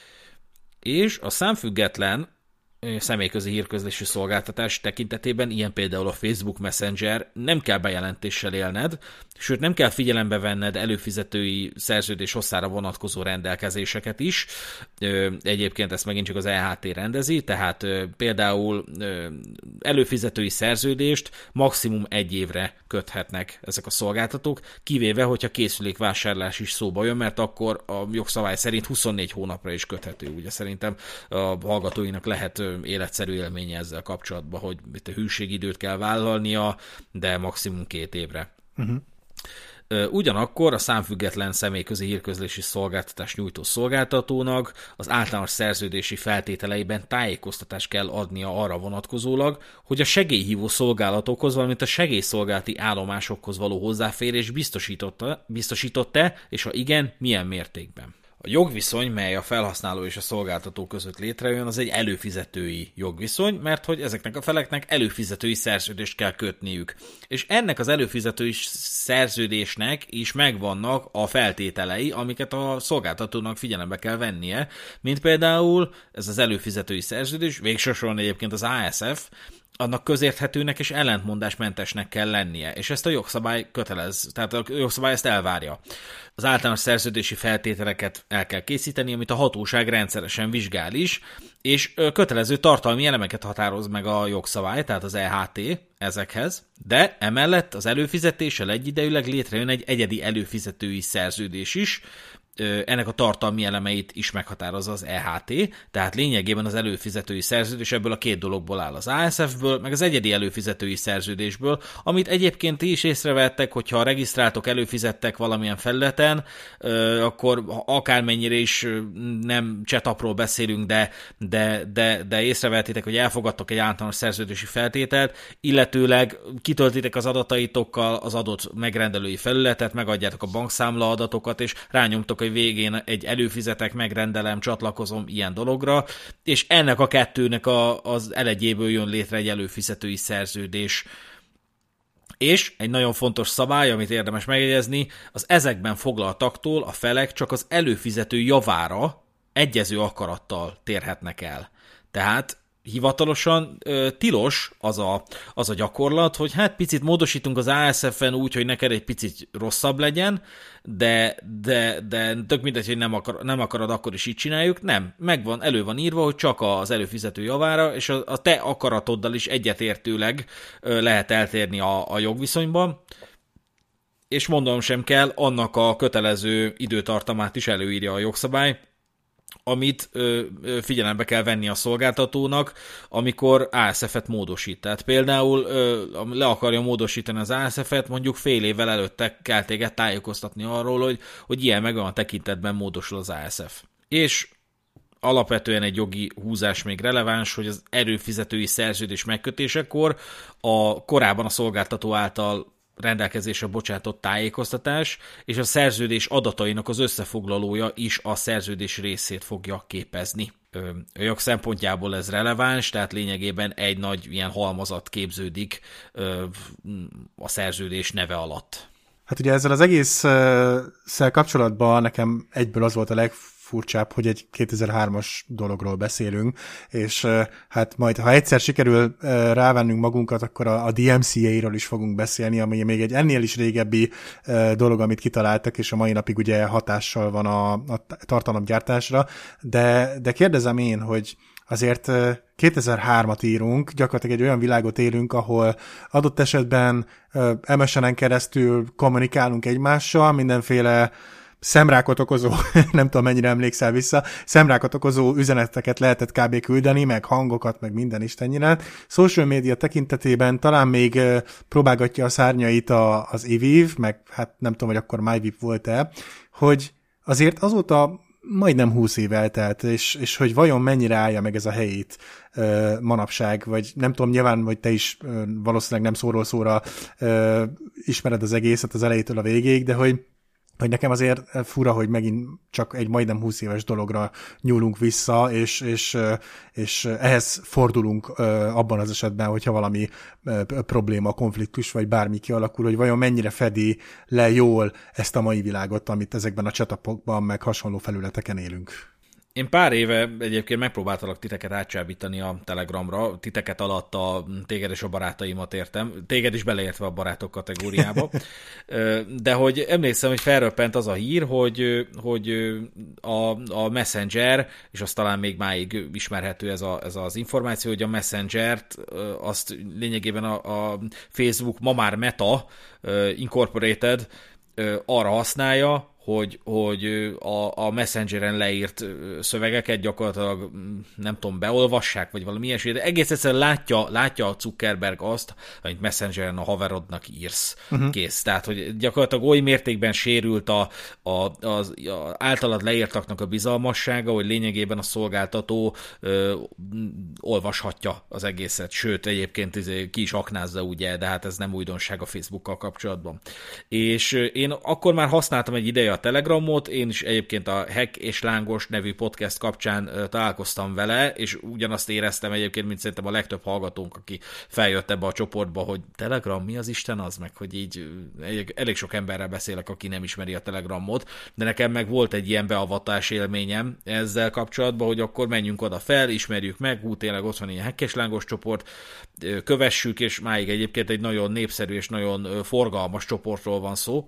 És a számfüggetlen személyközi hírközlési szolgáltatás tekintetében, ilyen például a Facebook Messenger, nem kell bejelentéssel élned, sőt nem kell figyelembe venned előfizetői szerződés hosszára vonatkozó rendelkezéseket is. Egyébként ezt megint csak az EHT rendezi, tehát például előfizetői szerződést maximum 1 évre köthetnek ezek a szolgáltatók, kivéve, hogyha készülékvásárlás is szóba jön, mert akkor a jogszabály szerint 24 hónapra is köthető. Ugye szerintem a hallgatóinak lehet életszerű élménye ezzel kapcsolatban, hogy itt a hűségidőt kell vállalnia, de maximum 2 évre. Ugyanakkor a számfüggetlen személyközi hírközlési szolgáltatás nyújtó szolgáltatónak az általános szerződési feltételeiben tájékoztatást kell adnia arra vonatkozólag, hogy a segélyhívó szolgálatokhoz, valamint a segélyszolgálati állomásokhoz való hozzáférés biztosított-e, és ha igen, milyen mértékben. A jogviszony, mely a felhasználó és a szolgáltató között létrejön, az egy előfizetői jogviszony, mert hogy ezeknek a feleknek előfizetői szerződést kell kötniük. És ennek az előfizetői szerződésnek is megvannak a feltételei, amiket a szolgáltatónak figyelembe kell vennie, mint például ez az előfizetői szerződés, végső soron egyébként az ASF, annak közérthetőnek és ellentmondásmentesnek kell lennie, és ezt a jogszabály kötelez, tehát a jogszabály ezt elvárja. Az általános szerződési feltételeket el kell készíteni, amit a hatóság rendszeresen vizsgál is, és kötelező tartalmi elemeket határoz meg a jogszabály, tehát az EHT ezekhez, de emellett az előfizetéssel egyidejűleg létrejön egy egyedi előfizetői szerződés is, ennek a tartalmi elemeit is meghatározza az EHT, tehát lényegében az előfizetői szerződés ebből a két dologból áll, az ASF-ből, meg az egyedi előfizetői szerződésből, amit egyébként ti is észrevettek, hogyha regisztráltok, előfizettek valamilyen felületen, akkor akármennyire is nem csetapról beszélünk, de észrevettétek, hogy elfogadtok egy általános szerződési feltételt, illetőleg kitöltitek az adataitokkal az adott megrendelői felületet, megadjátok a bankszámla adatokat, és rányomtok végén egy előfizetek, megrendelem, csatlakozom ilyen dologra, és ennek a kettőnek az elegyéből jön létre egy előfizetői szerződés. És egy nagyon fontos szabály, amit érdemes megjegyezni, az ezekben foglaltaktól a felek csak az előfizető javára egyező akarattal térhetnek el. Tehát hivatalosan tilos az a gyakorlat, hogy hát picit módosítunk az ASF-en úgy, hogy neked egy picit rosszabb legyen, de tök mindegy, hogy nem akarod, akkor is így csináljuk. Nem, elő van írva, hogy csak az előfizető javára, és a te akaratoddal is egyetértőleg lehet eltérni a jogviszonyban, és mondanom sem kell, annak a kötelező időtartamát is előírja a jogszabály, amit figyelembe kell venni a szolgáltatónak, amikor ASF-et módosít. Tehát például le akarja módosítani az ASF-et, mondjuk fél évvel előtte kell téged tájékoztatni arról, hogy ilyen meg olyan tekintetben módosul az ASF. És alapvetően egy jogi húzás még releváns, hogy az előfizetői szerződés megkötésekor korábban a szolgáltató által rendelkezésre bocsátott tájékoztatás, és a szerződés adatainak az összefoglalója is a szerződés részét fogja képezni. A jog szempontjából ez releváns, tehát lényegében egy nagy ilyen halmazat képződik a szerződés neve alatt. Hát ugye ezzel az egésszel kapcsolatban nekem egyből az volt a legfurcsább, hogy egy 2003-as dologról beszélünk, és hát majd, ha egyszer sikerül rávennünk magunkat, akkor a DMCA-ről is fogunk beszélni, ami még egy ennél is régebbi dolog, amit kitaláltak, és a mai napig ugye hatással van a tartalomgyártásra, de kérdezem én, hogy azért 2003-at írunk, gyakorlatilag egy olyan világot élünk, ahol adott esetben MSN-en keresztül kommunikálunk egymással, mindenféle szemrákot okozó, nem tudom mennyire emlékszel vissza, szemrákot okozó üzeneteket lehetett kb. Küldeni, meg hangokat, meg minden istennyire. Social media tekintetében talán még próbálgatja a szárnyait az Eviv, meg hát nem tudom, hogy akkor MyVip volt-e, hogy azért azóta majdnem 20 év eltelt, és hogy vajon mennyire állja meg ez a helyét manapság, vagy nem tudom, nyilván, hogy te is valószínűleg nem szóról szóra ismered az egészet az elejétől a végéig, de hogy nekem azért fura, hogy megint csak egy majdnem 20 éves dologra nyúlunk vissza, és ehhez fordulunk abban az esetben, hogyha valami probléma, konfliktus, vagy bármi kialakul, hogy vajon mennyire fedi le jól ezt a mai világot, amit ezekben a chatapokban, meg hasonló felületeken élünk. Én pár éve egyébként megpróbáltalak titeket átcsábítani a Telegramra, titeket alatt téged és a barátaimat értem, téged is beleértve a barátok kategóriába, de hogy emlékszem, hogy felröppent az a hír, hogy a Messenger, és az talán még máig ismerhető ez az információ, hogy a Messengert azt lényegében a Facebook, ma már Meta Incorporated arra használja, hogy a Messengeren leírt szövegeket gyakorlatilag nem tudom, beolvassák, vagy valami ilyesmi, de egész egyszerűen látja a Zuckerberg azt, amit Messengeren a haverodnak írsz. Kész. Tehát, hogy gyakorlatilag oly mértékben sérült az általad leírtaknak a bizalmassága, hogy lényegében a szolgáltató olvashatja az egészet. Sőt, egyébként ki is aknázza, ugye, de hát ez nem újdonság a Facebookkal kapcsolatban. És én akkor már használtam egy ideje a a Telegramot, én is egyébként a Hack és Lángos nevű podcast kapcsán találkoztam vele, és ugyanazt éreztem egyébként, mint szerintem a legtöbb hallgatónk, aki feljött ebbe a csoportba, hogy Telegram, mi az Isten az, meg hogy így elég sok emberrel beszélek, aki nem ismeri a Telegramot, de nekem meg volt egy ilyen beavatás élményem ezzel kapcsolatban, hogy akkor menjünk oda fel, ismerjük meg, tényleg ott van ilyen Hack és Lángos csoport, kövessük, és máig egyébként egy nagyon népszerű és nagyon forgalmas csoportról van szó.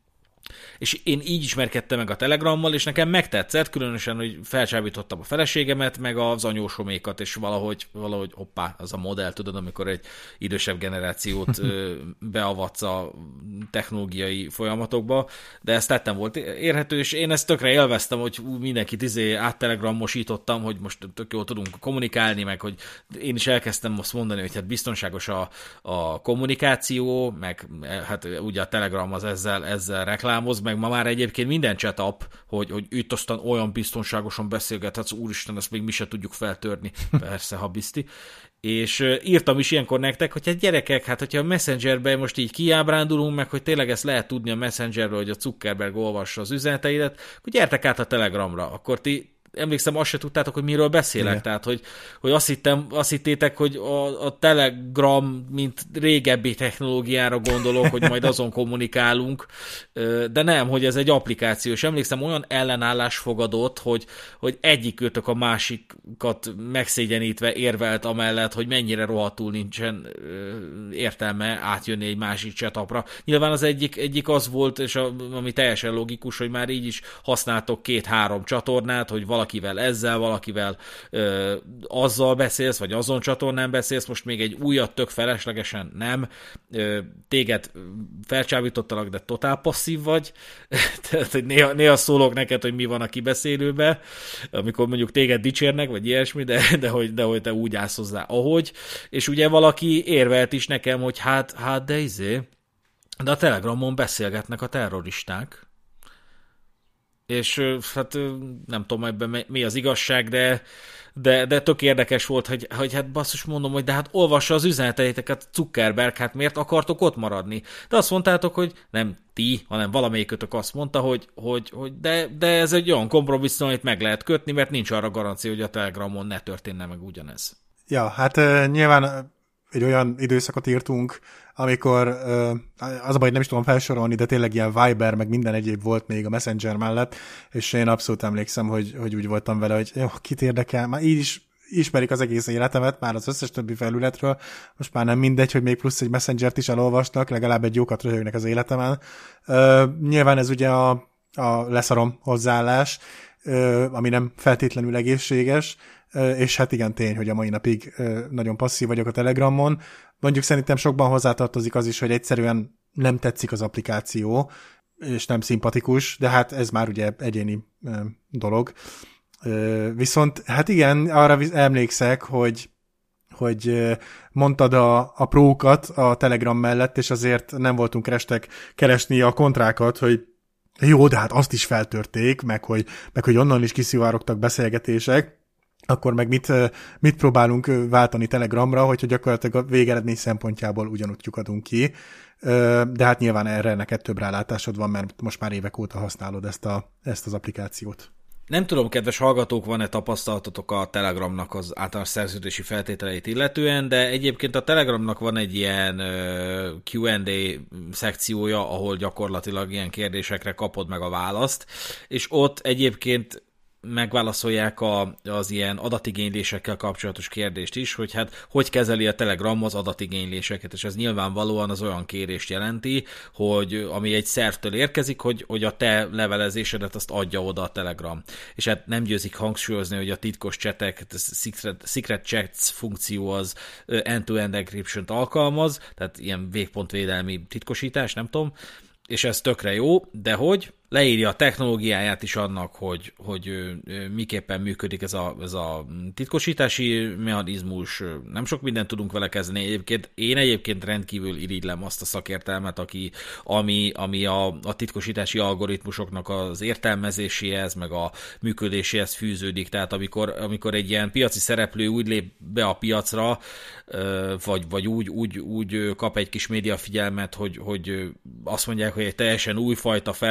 És én így ismerkedtem meg a Telegrammal, és nekem megtetszett, különösen, hogy felcsábítottam a feleségemet, meg az anyósomékat, és valahogy hoppá, az a modell, tudod, amikor egy idősebb generációt beavatsz a technológiai folyamatokba, de ezt tettem volt érhető, és én ezt tökre élveztem, hogy mindenkit áttelegramosítottam, hogy most tök jól tudunk kommunikálni, meg hogy én is elkezdtem azt mondani, hogy hát biztonságos a kommunikáció, meg hát ugye a Telegram az ezzel reklámoz, meg ma már egyébként minden chat app, hogy itt aztán olyan biztonságosan beszélgethetsz, úristen, ezt még mi se tudjuk feltörni. Persze, ha bizti. És írtam is ilyenkor nektek, hogy hát gyerekek, hát hogyha a Messengerben most így kiábrándulunk, meg hogy tényleg ezt lehet tudni a Messengerről, hogy a Zuckerberg olvassa az üzeneteidet, akkor gyertek át a Telegramra, akkor ti emlékszem, azt se tudtátok, hogy miről beszélek, igen. Tehát, hogy azt hittétek, hogy a Telegram, mint régebbi technológiára gondolok, hogy majd azon kommunikálunk, de nem, hogy ez egy applikáció, és emlékszem, olyan ellenállás fogadott, hogy egyikőtök a másikat megszégyenítve érvelt amellett, hogy mennyire rohadtul nincsen értelme átjönni egy másik chatapra. Nyilván az egyik az volt, és ami teljesen logikus, hogy már így is használtok 2-3 csatornát, hogy valakivel ezzel, valakivel azzal beszélsz, vagy azon csatornán beszélsz, most még egy újat tök feleslegesen nem. Téged felcsábítottalak, de totál passzív vagy. Tehát, hogy néha szólok neked, hogy mi van a kibeszélőbe, amikor mondjuk téged dicsérnek, vagy ilyesmi, de hogy te úgy állsz hozzá, ahogy. És ugye valaki érvelt is nekem, hogy hát de a Telegramon beszélgetnek a terroristák. És hát nem tudom ebben mi az igazság, de tök érdekes volt, hogy hát basszus mondom, hogy de hát olvassa az üzeneteiteket Zuckerberg, hát miért akartok ott maradni? De azt mondtátok, hogy nem ti, hanem valamelyikötök azt mondta, hogy de ez egy olyan kompromisszum, amit meg lehet kötni, mert nincs arra garancia, hogy a Telegramon ne történne meg ugyanez. Ja, hát nyilván egy olyan időszakot írtunk, amikor az a baj, nem is tudom felsorolni, de tényleg ilyen Viber, meg minden egyéb volt még a Messenger mellett, és én abszolút emlékszem, hogy úgy voltam vele, hogy jó, kit érdekel, már így is ismerik az egész életemet, már az összes többi felületről, most már nem mindegy, hogy még plusz egy Messengert is elolvasnak, legalább egy jókat röhögnek az életemen. Nyilván ez ugye a leszarom hozzáállás, ami nem feltétlenül egészséges, és hát igen, tény, hogy a mai napig nagyon passzív vagyok a Telegramon. Mondjuk szerintem sokban hozzátartozik az is, hogy egyszerűen nem tetszik az applikáció, és nem szimpatikus, de hát ez már ugye egyéni dolog. Viszont hát igen, arra emlékszek, hogy mondtad a prókat a Telegram mellett, és azért nem voltunk restek keresni a kontrákat, hogy jó, de hát azt is feltörték, meg hogy onnan is kiszivárogtak beszélgetések, akkor meg mit próbálunk váltani Telegramra, hogyha gyakorlatilag a végeredmény szempontjából ugyanúgy lyukadunk ki. De hát nyilván erre neked több rálátásod van, mert most már évek óta használod ezt az applikációt. Nem tudom, kedves hallgatók, van-e tapasztalatotok a Telegramnak az általános szerződési feltételeit illetően, de egyébként a Telegramnak van egy ilyen Q&A szekciója, ahol gyakorlatilag ilyen kérdésekre kapod meg a választ, és ott egyébként megválaszolják az ilyen adatigénylésekkel kapcsolatos kérdést is, hogy hát hogy kezeli a Telegram az adatigényléseket, és ez nyilvánvalóan az olyan kérést jelenti, hogy ami egy szervtől érkezik, hogy a te levelezésedet azt adja oda a Telegram. És hát nem győzik hangsúlyozni, hogy a titkos csetek, secret chats funkció az end-to-end encryption-t alkalmaz, tehát ilyen végpontvédelmi titkosítás, nem tudom, és ez tökre jó, de hogy leírja a technológiáját is annak, hogy miképpen működik ez a titkosítási mechanizmus, nem sok mindent tudunk vele kezdeni. Én egyébként rendkívül irigylem azt a szakértelmet, ami a titkosítási algoritmusoknak az értelmezéséhez, meg a működéséhez fűződik. Tehát amikor egy ilyen piaci szereplő úgy lép be a piacra, vagy úgy kap egy kis médiafigyelmet, hogy azt mondják, hogy egy teljesen újfajta feltörhetetlen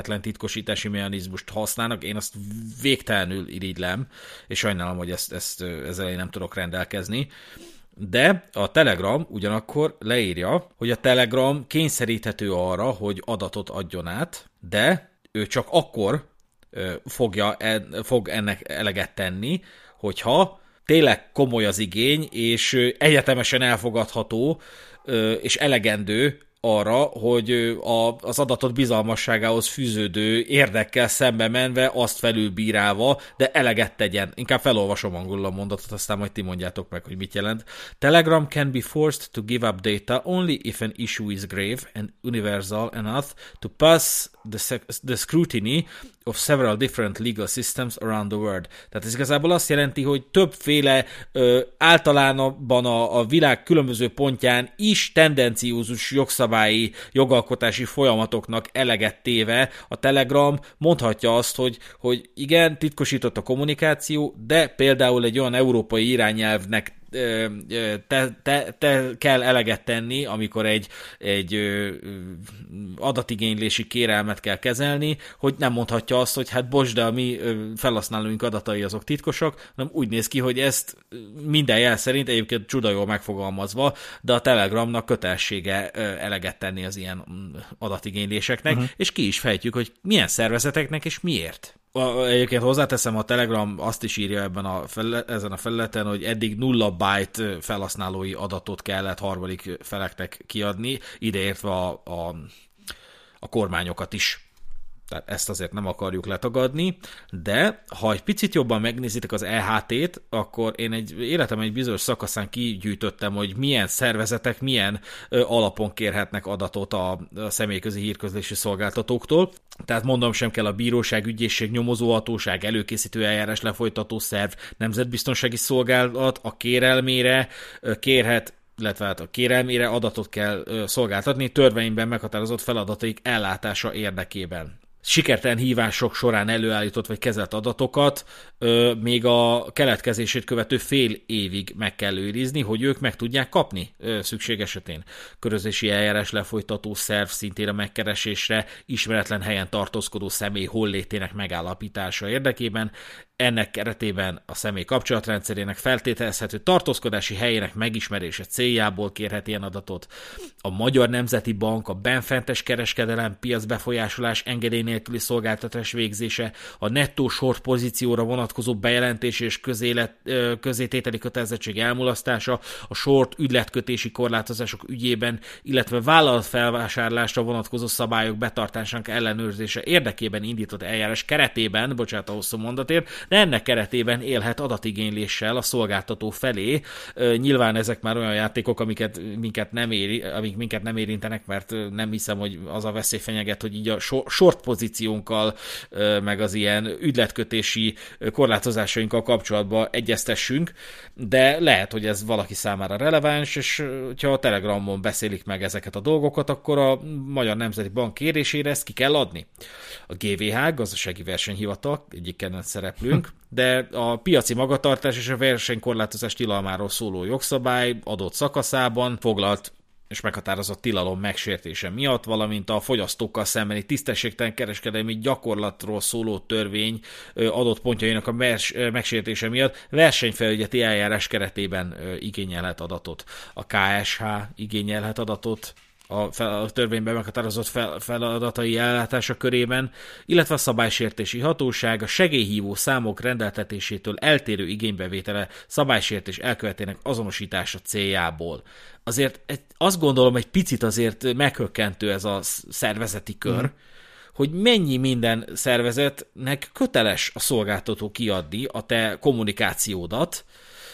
elérhetetlen titkosítási mechanizmust használnak, én azt végtelenül irigylem, és sajnálom, hogy ezzel én nem tudok rendelkezni. De a Telegram ugyanakkor leírja, hogy a Telegram kényszeríthető arra, hogy adatot adjon át, de ő csak akkor fog ennek eleget tenni, hogyha tényleg komoly az igény, és egyetemesen elfogadható és elegendő arra, hogy az adatot bizalmasságához fűződő érdekkel szembe menve, azt felülbírálva, de eleget tegyen. Inkább felolvasom angolul a mondatot, aztán majd ti mondjátok meg, hogy mit jelent. Telegram can be forced to give up data only if an issue is grave and universal enough to pass the scrutiny of several different legal systems around the world. Tehát ez igazából azt jelenti, hogy többféle általánban a világ különböző pontján is tendenciózus jogszabályi, jogalkotási folyamatoknak eleget téve a Telegram mondhatja azt, hogy igen, titkosított a kommunikáció, de például egy olyan európai irányelvnek kell eleget tenni, amikor egy adatigénylési kérelmet kell kezelni, hogy nem mondhatja azt, hogy hát bocs, de a mi felhasználóink adatai azok titkosak, hanem úgy néz ki, hogy ezt minden jel szerint egyébként csuda jól megfogalmazva, de a Telegramnak kötelessége eleget tenni az ilyen adatigényléseknek, és ki is fejtjük, hogy milyen szervezeteknek és miért. Egyébként hozzáteszem, a Telegram azt is írja ezen a felületen, hogy eddig 0 byte felhasználói adatot kellett harmadik feleknek kiadni, ideértve a kormányokat is. Tehát ezt azért nem akarjuk letagadni, de ha egy picit jobban megnézitek az EHT-t, akkor én életem egy bizonyos szakaszán kigyűjtöttem, hogy milyen szervezetek, milyen alapon kérhetnek adatot a személyközi hírközlési szolgáltatóktól. Tehát mondom sem kell, a bíróság, ügyészség, nyomozóhatóság, előkészítő eljárás lefolytató szerv, nemzetbiztonsági szolgálat a kérelmére kérhet, illetve hát a kérelmére adatot kell szolgáltatni törvényben meghatározott feladataik ellátása érdekében. Sikertelen hívások során előállított vagy kezelt adatokat még a keletkezését követő fél évig meg kell őrizni, hogy ők meg tudják kapni szükség esetén. Körözési eljárás lefolytató szerv szintén a megkeresésre ismeretlen helyen tartózkodó személy hollétének megállapítása érdekében. Ennek keretében a személy kapcsolatrendszerének feltételezhető tartózkodási helyének megismerése céljából kérhet ilyen adatot. A Magyar Nemzeti Bank, a benfentes kereskedelem, piacbefolyásolás, engedély nélküli szolgáltatás végzése, a nettó short pozícióra vonatkozó bejelentés és közétételi kötelezettség elmulasztása, a short ügyletkötési korlátozások ügyében, illetve vállalatfelvásárlásra vonatkozó szabályok betartásának ellenőrzése érdekében indított eljárás keretében, bocsánat a hosszú mondatért, de ennek keretében élhet adatigényléssel a szolgáltató felé. Nyilván ezek már olyan játékok, amik minket nem érintenek, mert nem hiszem, hogy az a veszély fenyeget, hogy így a short pozíciónkkal, meg az ilyen ügyletkötési korlátozásainkkal kapcsolatban egyeztessünk, de lehet, hogy ez valaki számára releváns, és ha a Telegramon beszélik meg ezeket a dolgokat, akkor a Magyar Nemzeti Bank kérésére ezt ki kell adni. A GVH, Gazdasági Versenyhivatal, egyik kedvenc szereplőnk, de a piaci magatartás és a versenykorlátozás tilalmáról szóló jogszabály adott szakaszában foglalt és meghatározott tilalom megsértése miatt, valamint a fogyasztókkal szembeni tisztességtelen kereskedelmi gyakorlatról szóló törvény adott pontjainak a megsértése miatt versenyfelügyeleti eljárás keretében igényelhet adatot. A KSH igényelhet adatot a törvényben meghatározott feladatai ellátása körében, illetve a szabálysértési hatóság a segélyhívó számok rendeltetésétől eltérő igénybevétele szabálysértés elkövetének azonosítása céljából. Azért azt gondolom, egy picit azért meghökkentő ez a szervezeti kör, hogy mennyi minden szervezetnek köteles a szolgáltató kiadni a te kommunikációdat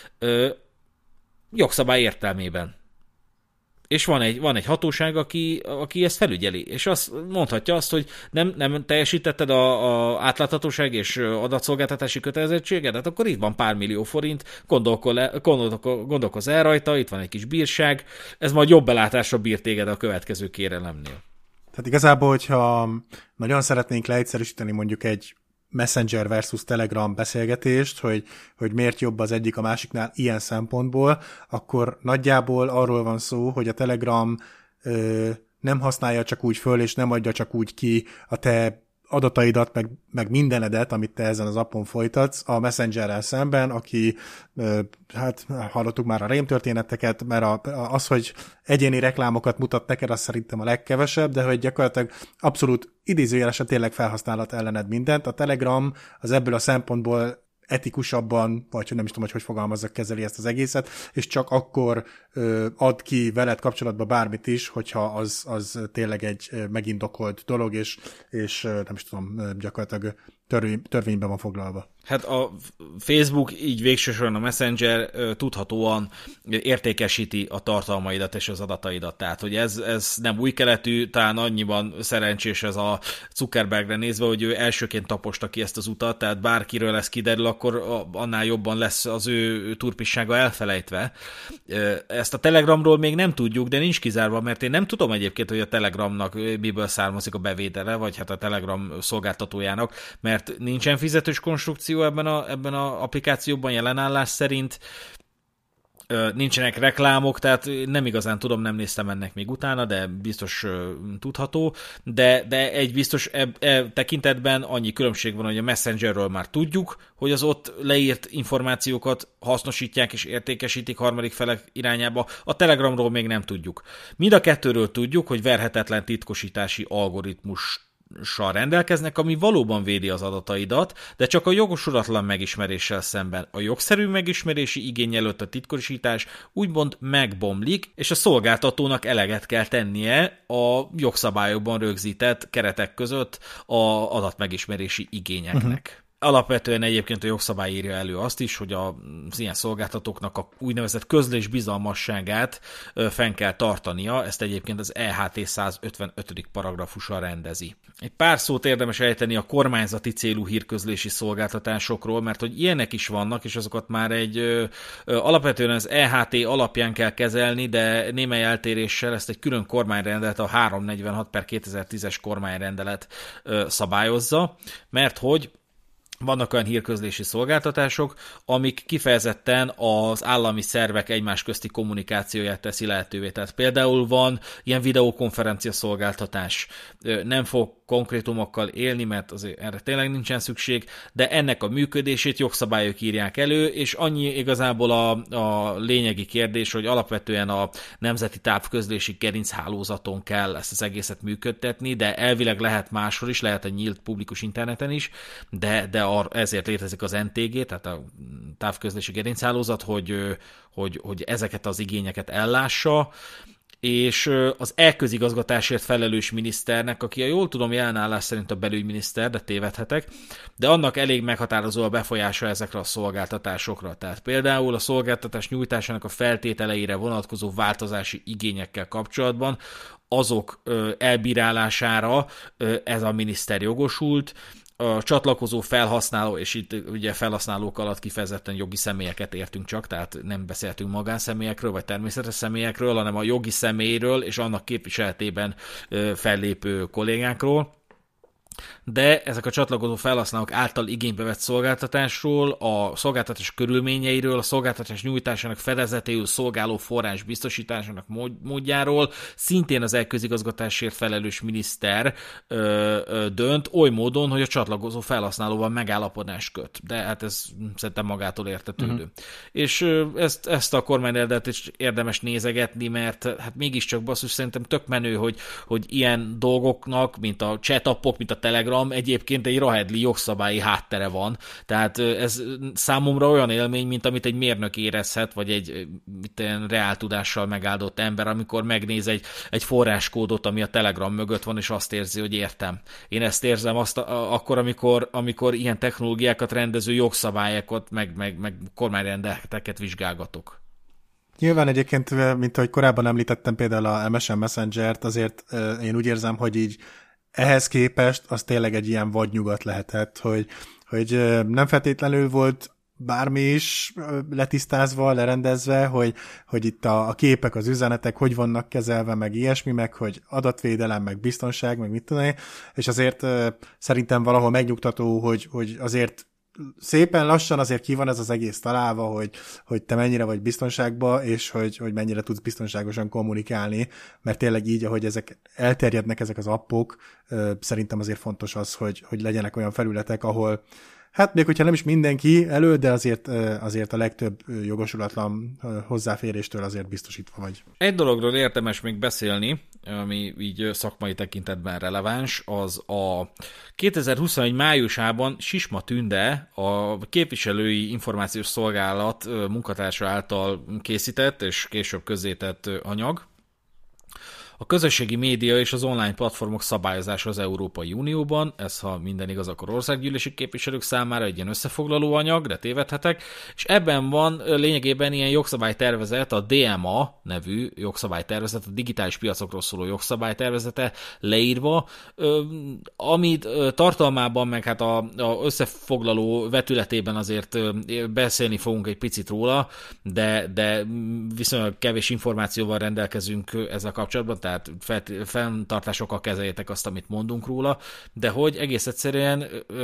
jogszabály értelmében. És van egy hatóság, aki ezt felügyeli, és azt mondhatja azt, hogy nem teljesítetted a átláthatóság és adatszolgáltatási kötelezettségedet, akkor itt van pár millió forint, gondolkozz el rajta, itt van egy kis bírság, ez majd jobb belátásra bír téged a következő kérelemnél. Tehát igazából, hogyha nagyon szeretnénk leegyszerűsíteni mondjuk egy Messenger versus Telegram beszélgetést, hogy miért jobb az egyik a másiknál ilyen szempontból, akkor nagyjából arról van szó, hogy a Telegram nem használja csak úgy föl, és nem adja csak úgy ki a te adataidat, meg mindenedet, amit te ezen az appon folytatsz, a Messengerrel szemben, aki, hát hallottuk már a rémtörténeteket, mert az, hogy egyéni reklámokat mutat neked, az szerintem a legkevesebb, de hogy gyakorlatilag abszolút idézőjelesen tényleg felhasználat ellened mindent. A Telegram az ebből a szempontból etikusabban, vagy hogy nem is tudom, hogy fogalmazzak, kezeli ezt az egészet, és csak akkor ad ki veled kapcsolatba bármit is, hogyha az tényleg egy megindokolt dolog, és nem is tudom, gyakorlatilag törvényben van foglalva. Hát a Facebook, így végső soron a Messenger tudhatóan értékesíti a tartalmaidat és az adataidat. Tehát, hogy ez nem új keletű, talán annyiban szerencsés ez a Zuckerbergre nézve, hogy ő elsőként taposta ki ezt az utat, tehát bárkiről ez kiderül, akkor annál jobban lesz az ő turpissága elfelejtve. Ezt a Telegramról még nem tudjuk, de nincs kizárva, mert én nem tudom egyébként, hogy a Telegramnak miből származik a bevétele, vagy hát a Telegram szolgáltatójának, mert nincsen fizetős konstrukció ebben a applikációban jelenállás szerint, nincsenek reklámok, tehát nem igazán tudom, nem néztem ennek még utána, de biztos tudható, de egy biztos tekintetben annyi különbség van, hogy a Messengerről már tudjuk, hogy az ott leírt információkat hasznosítják és értékesítik harmadik felek irányába, a Telegramról még nem tudjuk. Mind a kettőről tudjuk, hogy verhetetlen titkosítási algoritmus rendelkeznek, ami valóban védi az adataidat, de csak a jogosulatlan megismeréssel szemben. A jogszerű megismerési igény előtt a titkosítás úgymond megbomlik, és a szolgáltatónak eleget kell tennie a jogszabályokban rögzített keretek között az adatmegismerési igényeknek. Alapvetően egyébként a jogszabály írja elő azt is, hogy az ilyen szolgáltatóknak a úgynevezett közlés bizalmasságát fenn kell tartania, ezt egyébként az EHT 155. paragrafusa rendezi. Egy pár szót érdemes ejteni a kormányzati célú hírközlési szolgáltatásokról, mert hogy ilyenek is vannak, és azokat már alapvetően az EHT alapján kell kezelni, de némely eltéréssel ezt egy külön kormányrendelet, a 346/2010-es kormányrendelet szabályozza, mert hogy vannak olyan hírközlési szolgáltatások, amik kifejezetten az állami szervek egymás közti kommunikációját teszi lehetővé. Tehát például van ilyen videokonferencia szolgáltatás. Nem fog konkrétumokkal élni, mert azért erre tényleg nincsen szükség, de ennek a működését jogszabályok írják elő, és annyi igazából a lényegi kérdés, hogy alapvetően a Nemzeti Távközlési Gerinchálózaton kell ezt az egészet működtetni, de elvileg lehet máshol is, lehet a nyílt publikus interneten is, de ezért létezik az NTG, tehát a Távközlési Gerinchálózat, hogy ezeket az igényeket ellássa, és az e-közigazgatásért felelős miniszternek, aki, jól tudom, jelenállás szerint a belügyminiszter, de tévedhetek, de annak elég meghatározó a befolyása ezekre a szolgáltatásokra. Tehát például a szolgáltatás nyújtásának a feltételeire vonatkozó változási igényekkel kapcsolatban azok elbírálására ez a miniszter jogosult, a csatlakozó felhasználó, és itt ugye felhasználók alatt kifejezetten jogi személyeket értünk csak, tehát nem beszéltünk magánszemélyekről, vagy természetes személyekről, hanem a jogi személyről és annak képviseletében fellépő kollégákról. De ezek a csatlakozó felhasználók által igénybe vett szolgáltatásról, a szolgáltatás körülményeiről, a szolgáltatás nyújtásának fedezetéül szolgáló forrás biztosításának módjáról szintén az e-közigazgatásért felelős miniszter dönt oly módon, hogy a csatlakozó felhasználóval megállapodást köt. De hát ez szerintem magától értetődő. És ezt a kormányrendelet is érdemes nézegetni, mert hát mégiscsak basszus, szerintem tök menő, hogy ilyen dolgoknak, mint a chat appok, mint a Telegram, egyébként egy rahedli jogszabályi háttere van. Tehát ez számomra olyan élmény, mint amit egy mérnök érezhet, vagy egy reáltudással megáldott ember, amikor megnéz egy forráskódot, ami a Telegram mögött van, és azt érzi, hogy értem. Én ezt érzem akkor, amikor ilyen technológiákat rendező jogszabályokat, meg kormányrendeleteket vizsgálgatok. Nyilván egyébként, mint ahogy korábban említettem például a MSN Messenger-t, azért én úgy érzem, hogy így ehhez képest az tényleg egy ilyen vadnyugat lehetett, hogy nem feltétlenül volt bármi is letisztázva, lerendezve, hogy itt a képek, az üzenetek hogy vannak kezelve, meg ilyesmi, meg hogy adatvédelem, meg biztonság, meg mit tudom én, és azért szerintem valahol megnyugtató, hogy azért szépen lassan azért ki van ez az egész találva, hogy te mennyire vagy biztonságban, és hogy mennyire tudsz biztonságosan kommunikálni, mert tényleg így, ahogy ezek elterjednek ezek az appok, szerintem azért fontos az, hogy legyenek olyan felületek, ahol hát még hogyha nem is mindenki elő, de azért a legtöbb jogosulatlan hozzáféréstől azért biztosítva vagy. Egy dologról érdemes még beszélni, ami így szakmai tekintetben releváns, az a 2021 májusában Sisma Tünde, a képviselői információs szolgálat munkatársa által készített és később közzétett anyag. A közösségi média és az online platformok szabályozása az Európai Unióban, ez ha minden igaz, akkor országgyűlési képviselők számára egy ilyen összefoglaló anyag, de tévedhetek, és ebben van lényegében ilyen jogszabálytervezet, a DMA nevű jogszabálytervezet, a digitális piacokról szóló jogszabálytervezete leírva, amit tartalmában, meg hát a összefoglaló vetületében azért beszélni fogunk egy picit róla, de viszonylag kevés információval rendelkezünk ezzel kapcsolatban, tehát fenntartásokkal kezeljétek azt, amit mondunk róla, de hogy egész egyszerűen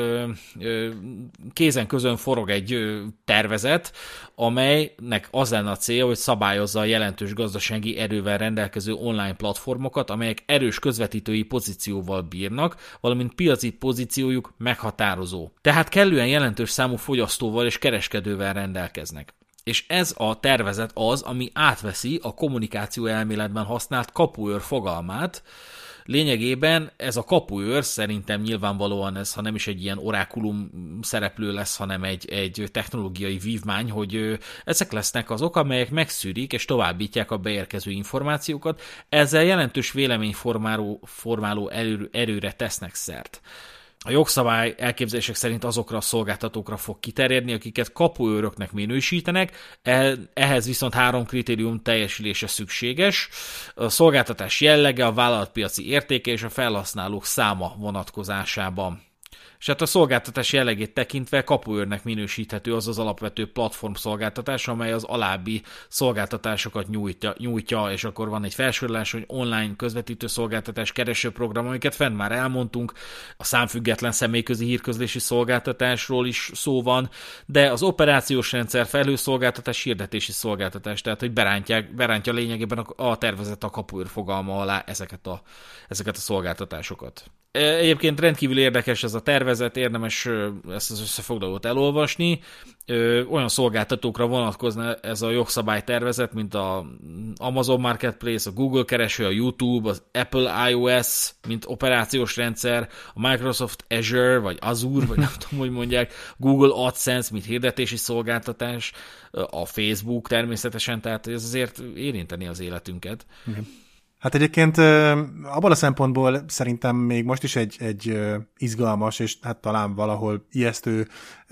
kézen közön forog egy tervezet, amelynek az lenne a célja, hogy szabályozza a jelentős gazdasági erővel rendelkező online platformokat, amelyek erős közvetítői pozícióval bírnak, valamint piaci pozíciójuk meghatározó. Tehát kellően jelentős számú fogyasztóval és kereskedővel rendelkeznek. És ez a tervezet az, ami átveszi a kommunikáció elméletben használt kapuőr fogalmát. Lényegében ez a kapuőr szerintem nyilvánvalóan ez, ha nem is egy ilyen orákulum szereplő lesz, hanem egy technológiai vívmány, hogy ezek lesznek azok, amelyek megszűrik és továbbítják a beérkező információkat, ezzel jelentős véleményformáló erőre tesznek szert. A jogszabály elképzelések szerint azokra a szolgáltatókra fog kiterjedni, akiket kapuőröknek minősítenek, ehhez viszont 3 kritérium teljesülése szükséges: a szolgáltatás jellege, a vállalatpiaci értéke és a felhasználók száma vonatkozásában. És hát a szolgáltatás jellegét tekintve kapuőrnek minősíthető az az alapvető platform szolgáltatás, amely az alábbi szolgáltatásokat nyújtja, és akkor van egy felsorolás, hogy online közvetítő szolgáltatás, keresőprogram, amiket fent már elmondtunk, a számfüggetlen személyközi hírközlési szolgáltatásról is szó van, de az operációs rendszer, felhőszolgáltatás, hirdetési szolgáltatás, tehát hogy berántja lényegében a tervezet a kapuőr fogalma alá ezeket a szolgáltatásokat. Egyébként rendkívül érdekes ez a tervezet, érdemes ezt az összefoglalót elolvasni. Olyan szolgáltatókra vonatkozna ez a jogszabálytervezet, mint a Amazon Marketplace, a Google kereső, a YouTube, az Apple iOS, mint operációs rendszer, a Microsoft Azure, vagy Azure, vagy nem tudom, hogy mondják, Google AdSense, mint hirdetési szolgáltatás, a Facebook természetesen, tehát ez azért érinteni az életünket. Okay. Hát egyébként abban a szempontból szerintem még most is egy izgalmas, és hát talán valahol ijesztő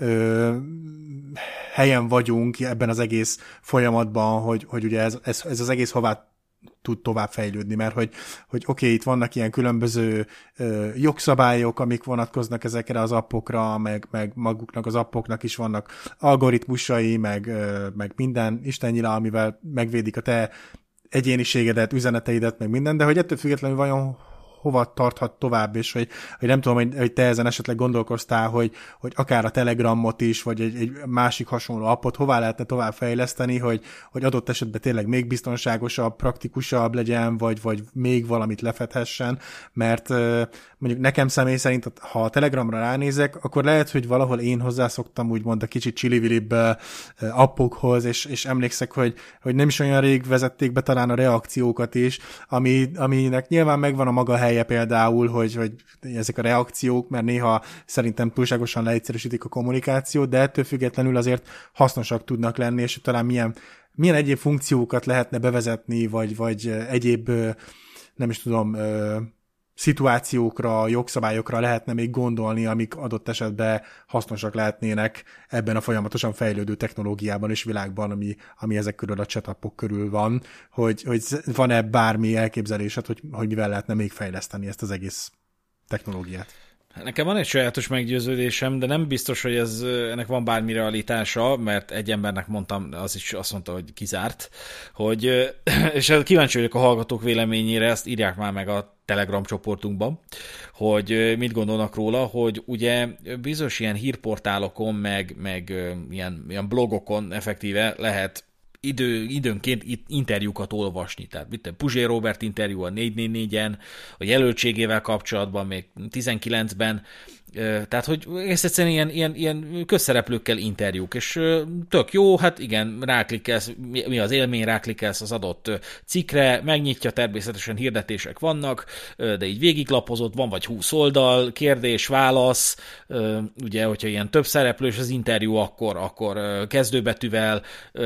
helyen vagyunk ebben az egész folyamatban, hogy ugye ez az egész hová tud tovább fejlődni, mert hogy oké, itt vannak ilyen különböző jogszabályok, amik vonatkoznak ezekre az appokra, meg maguknak az appoknak is vannak algoritmusai, meg minden istennyira, amivel megvédik a te egyéniségedet, üzeneteidet, meg minden, de hogy ettől függetlenül vajon hova tarthat tovább, és hogy nem tudom, hogy te ezen esetleg gondolkoztál, hogy akár a Telegramot is, vagy egy másik hasonló appot hová lehetne tovább fejleszteni, hogy adott esetben tényleg még biztonságosabb, praktikusabb legyen, vagy még valamit lefedhessen, mert mondjuk nekem személy szerint, ha a Telegramra ránézek, akkor lehet, hogy valahol én hozzászoktam úgymond a kicsit csili-vilibb appokhoz, és emlékszek, hogy nem is olyan rég vezették be talán a reakciókat is, aminek nyilván megvan a maga helye például, hogy ezek a reakciók, mert néha szerintem túlságosan leegyszerűsítik a kommunikációt, de ettől függetlenül azért hasznosak tudnak lenni, és talán milyen egyéb funkciókat lehetne bevezetni, vagy egyéb, nem is tudom, szituációkra, jogszabályokra lehetne még gondolni, amik adott esetben hasznosak lehetnének ebben a folyamatosan fejlődő technológiában és világban, ami ezek körül a chat-appok körül van, hogy van-e bármi elképzelésed, hogy mivel lehetne még fejleszteni ezt az egész technológiát? Nekem van egy sajátos meggyőződésem, de nem biztos, hogy ennek van bármi realitása, mert egy embernek mondtam, az is azt mondta, hogy kizárt, hogy, és kíváncsi vagyok a hallgatók véleményére, ezt írják már meg a Telegram csoportunkban, hogy mit gondolnak róla, hogy ugye bizonyos ilyen hírportálokon, meg ilyen blogokon effektíve lehet időnként interjúkat olvasni. Tehát Puzsé Robert interjú a 444-en, a jelöltségével kapcsolatban még 19-ben, tehát, hogy egész egyszerűen ilyen közszereplőkkel interjúk, és tök jó, hát igen, ráklikkelsz, mi az élmény, ráklikkelsz az adott cikkre, megnyitja, természetesen hirdetések vannak, de így végiglapozott, van vagy 20 oldal, kérdés, válasz, ugye, hogyha ilyen több szereplős az interjú, akkor kezdőbetűvel,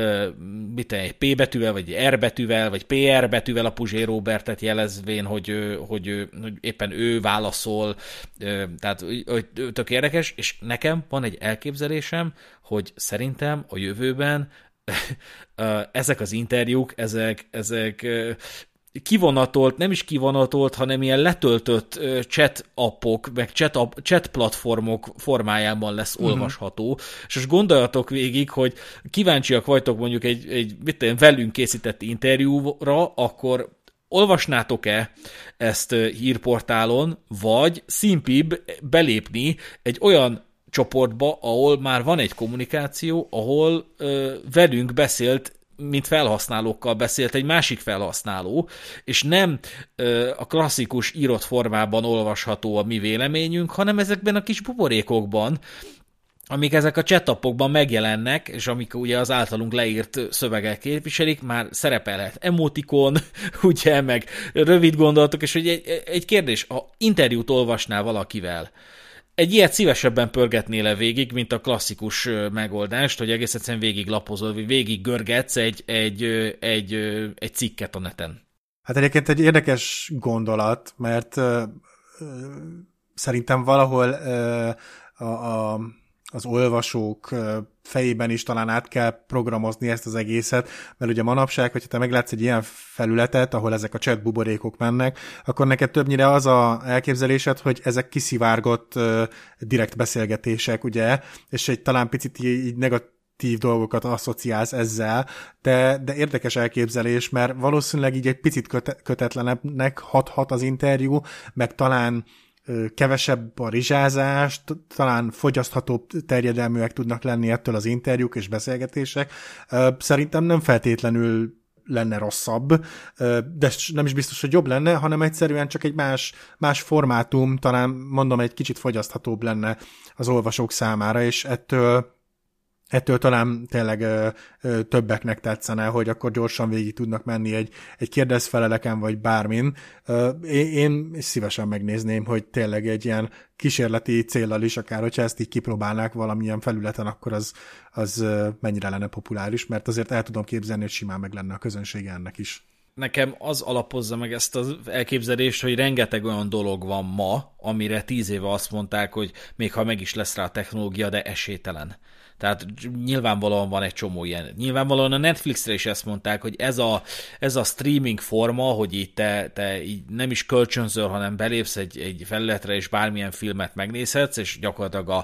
egy P betűvel, vagy R betűvel, vagy PR betűvel a Puzsé Robertet jelezvén, hogy éppen ő válaszol, tehát tök érdekes, és nekem van egy elképzelésem, hogy szerintem a jövőben ezek az interjúk, ezek kivonatolt, nem is kivonatolt, hanem ilyen letöltött chat appok, meg chat platformok formájában lesz olvasható. És most gondoljatok végig, hogy kíváncsiak vagytok mondjuk egy velünk készített interjúra, akkor olvasnátok-e ezt hírportálon, vagy szimpibb belépni egy olyan csoportba, ahol már van egy kommunikáció, ahol velünk beszélt, mint felhasználókkal beszélt egy másik felhasználó, és nem a klasszikus írott formában olvasható a mi véleményünk, hanem ezekben a kis buborékokban, amik ezek a chat-appokban megjelennek, és amik ugye az általunk leírt szövegek képviselik, már szerepelhet emotikon, ugye, meg rövid gondolatok, és hogy egy kérdés, ha interjút olvasnál valakivel, egy ilyet szívesebben pörgetnél le végig, mint a klasszikus megoldást, hogy egész egyszerűen végig lapozol, vagy végig görgetsz egy cikket a neten. Hát egyébként egy érdekes gondolat, mert szerintem valahol az olvasók fejében is talán át kell programozni ezt az egészet, mert ugye manapság, hogyha te meglátsz egy ilyen felületet, ahol ezek a chat buborékok mennek, akkor neked többnyire az a elképzelésed, hogy ezek kiszivárgott direkt beszélgetések, ugye, és egy talán picit így negatív dolgokat asszociálsz ezzel, de érdekes elképzelés, mert valószínűleg így egy picit kötetlenebbnek hathat az interjú, meg talán kevesebb a rizsázás, talán fogyaszthatóbb terjedelműek tudnak lenni ettől az interjúk és beszélgetések. Szerintem nem feltétlenül lenne rosszabb, de nem is biztos, hogy jobb lenne, hanem egyszerűen csak egy más formátum, talán mondom, egy kicsit fogyaszthatóbb lenne az olvasók számára, és ettől talán tényleg többeknek tetszene, hogy akkor gyorsan végig tudnak menni egy kérdezfeleleken, vagy bármin. Én szívesen megnézném, hogy tényleg egy ilyen kísérleti céllal is, akár hogyha ezt így kipróbálnák valamilyen felületen, akkor az mennyire lenne populáris, mert azért el tudom képzelni, hogy simán meg lenne a közönsége ennek is. Nekem az alapozza meg ezt az elképzelést, hogy rengeteg olyan dolog van ma, amire 10 éve azt mondták, hogy még ha meg is lesz rá a technológia, de esélytelen. Tehát nyilvánvalóan van egy csomó ilyen. Nyilvánvalóan a Netflixre is ezt mondták, hogy ez a streaming forma, hogy így te így nem is kölcsönzöl, hanem belépsz egy felületre, és bármilyen filmet megnézhetsz, és gyakorlatilag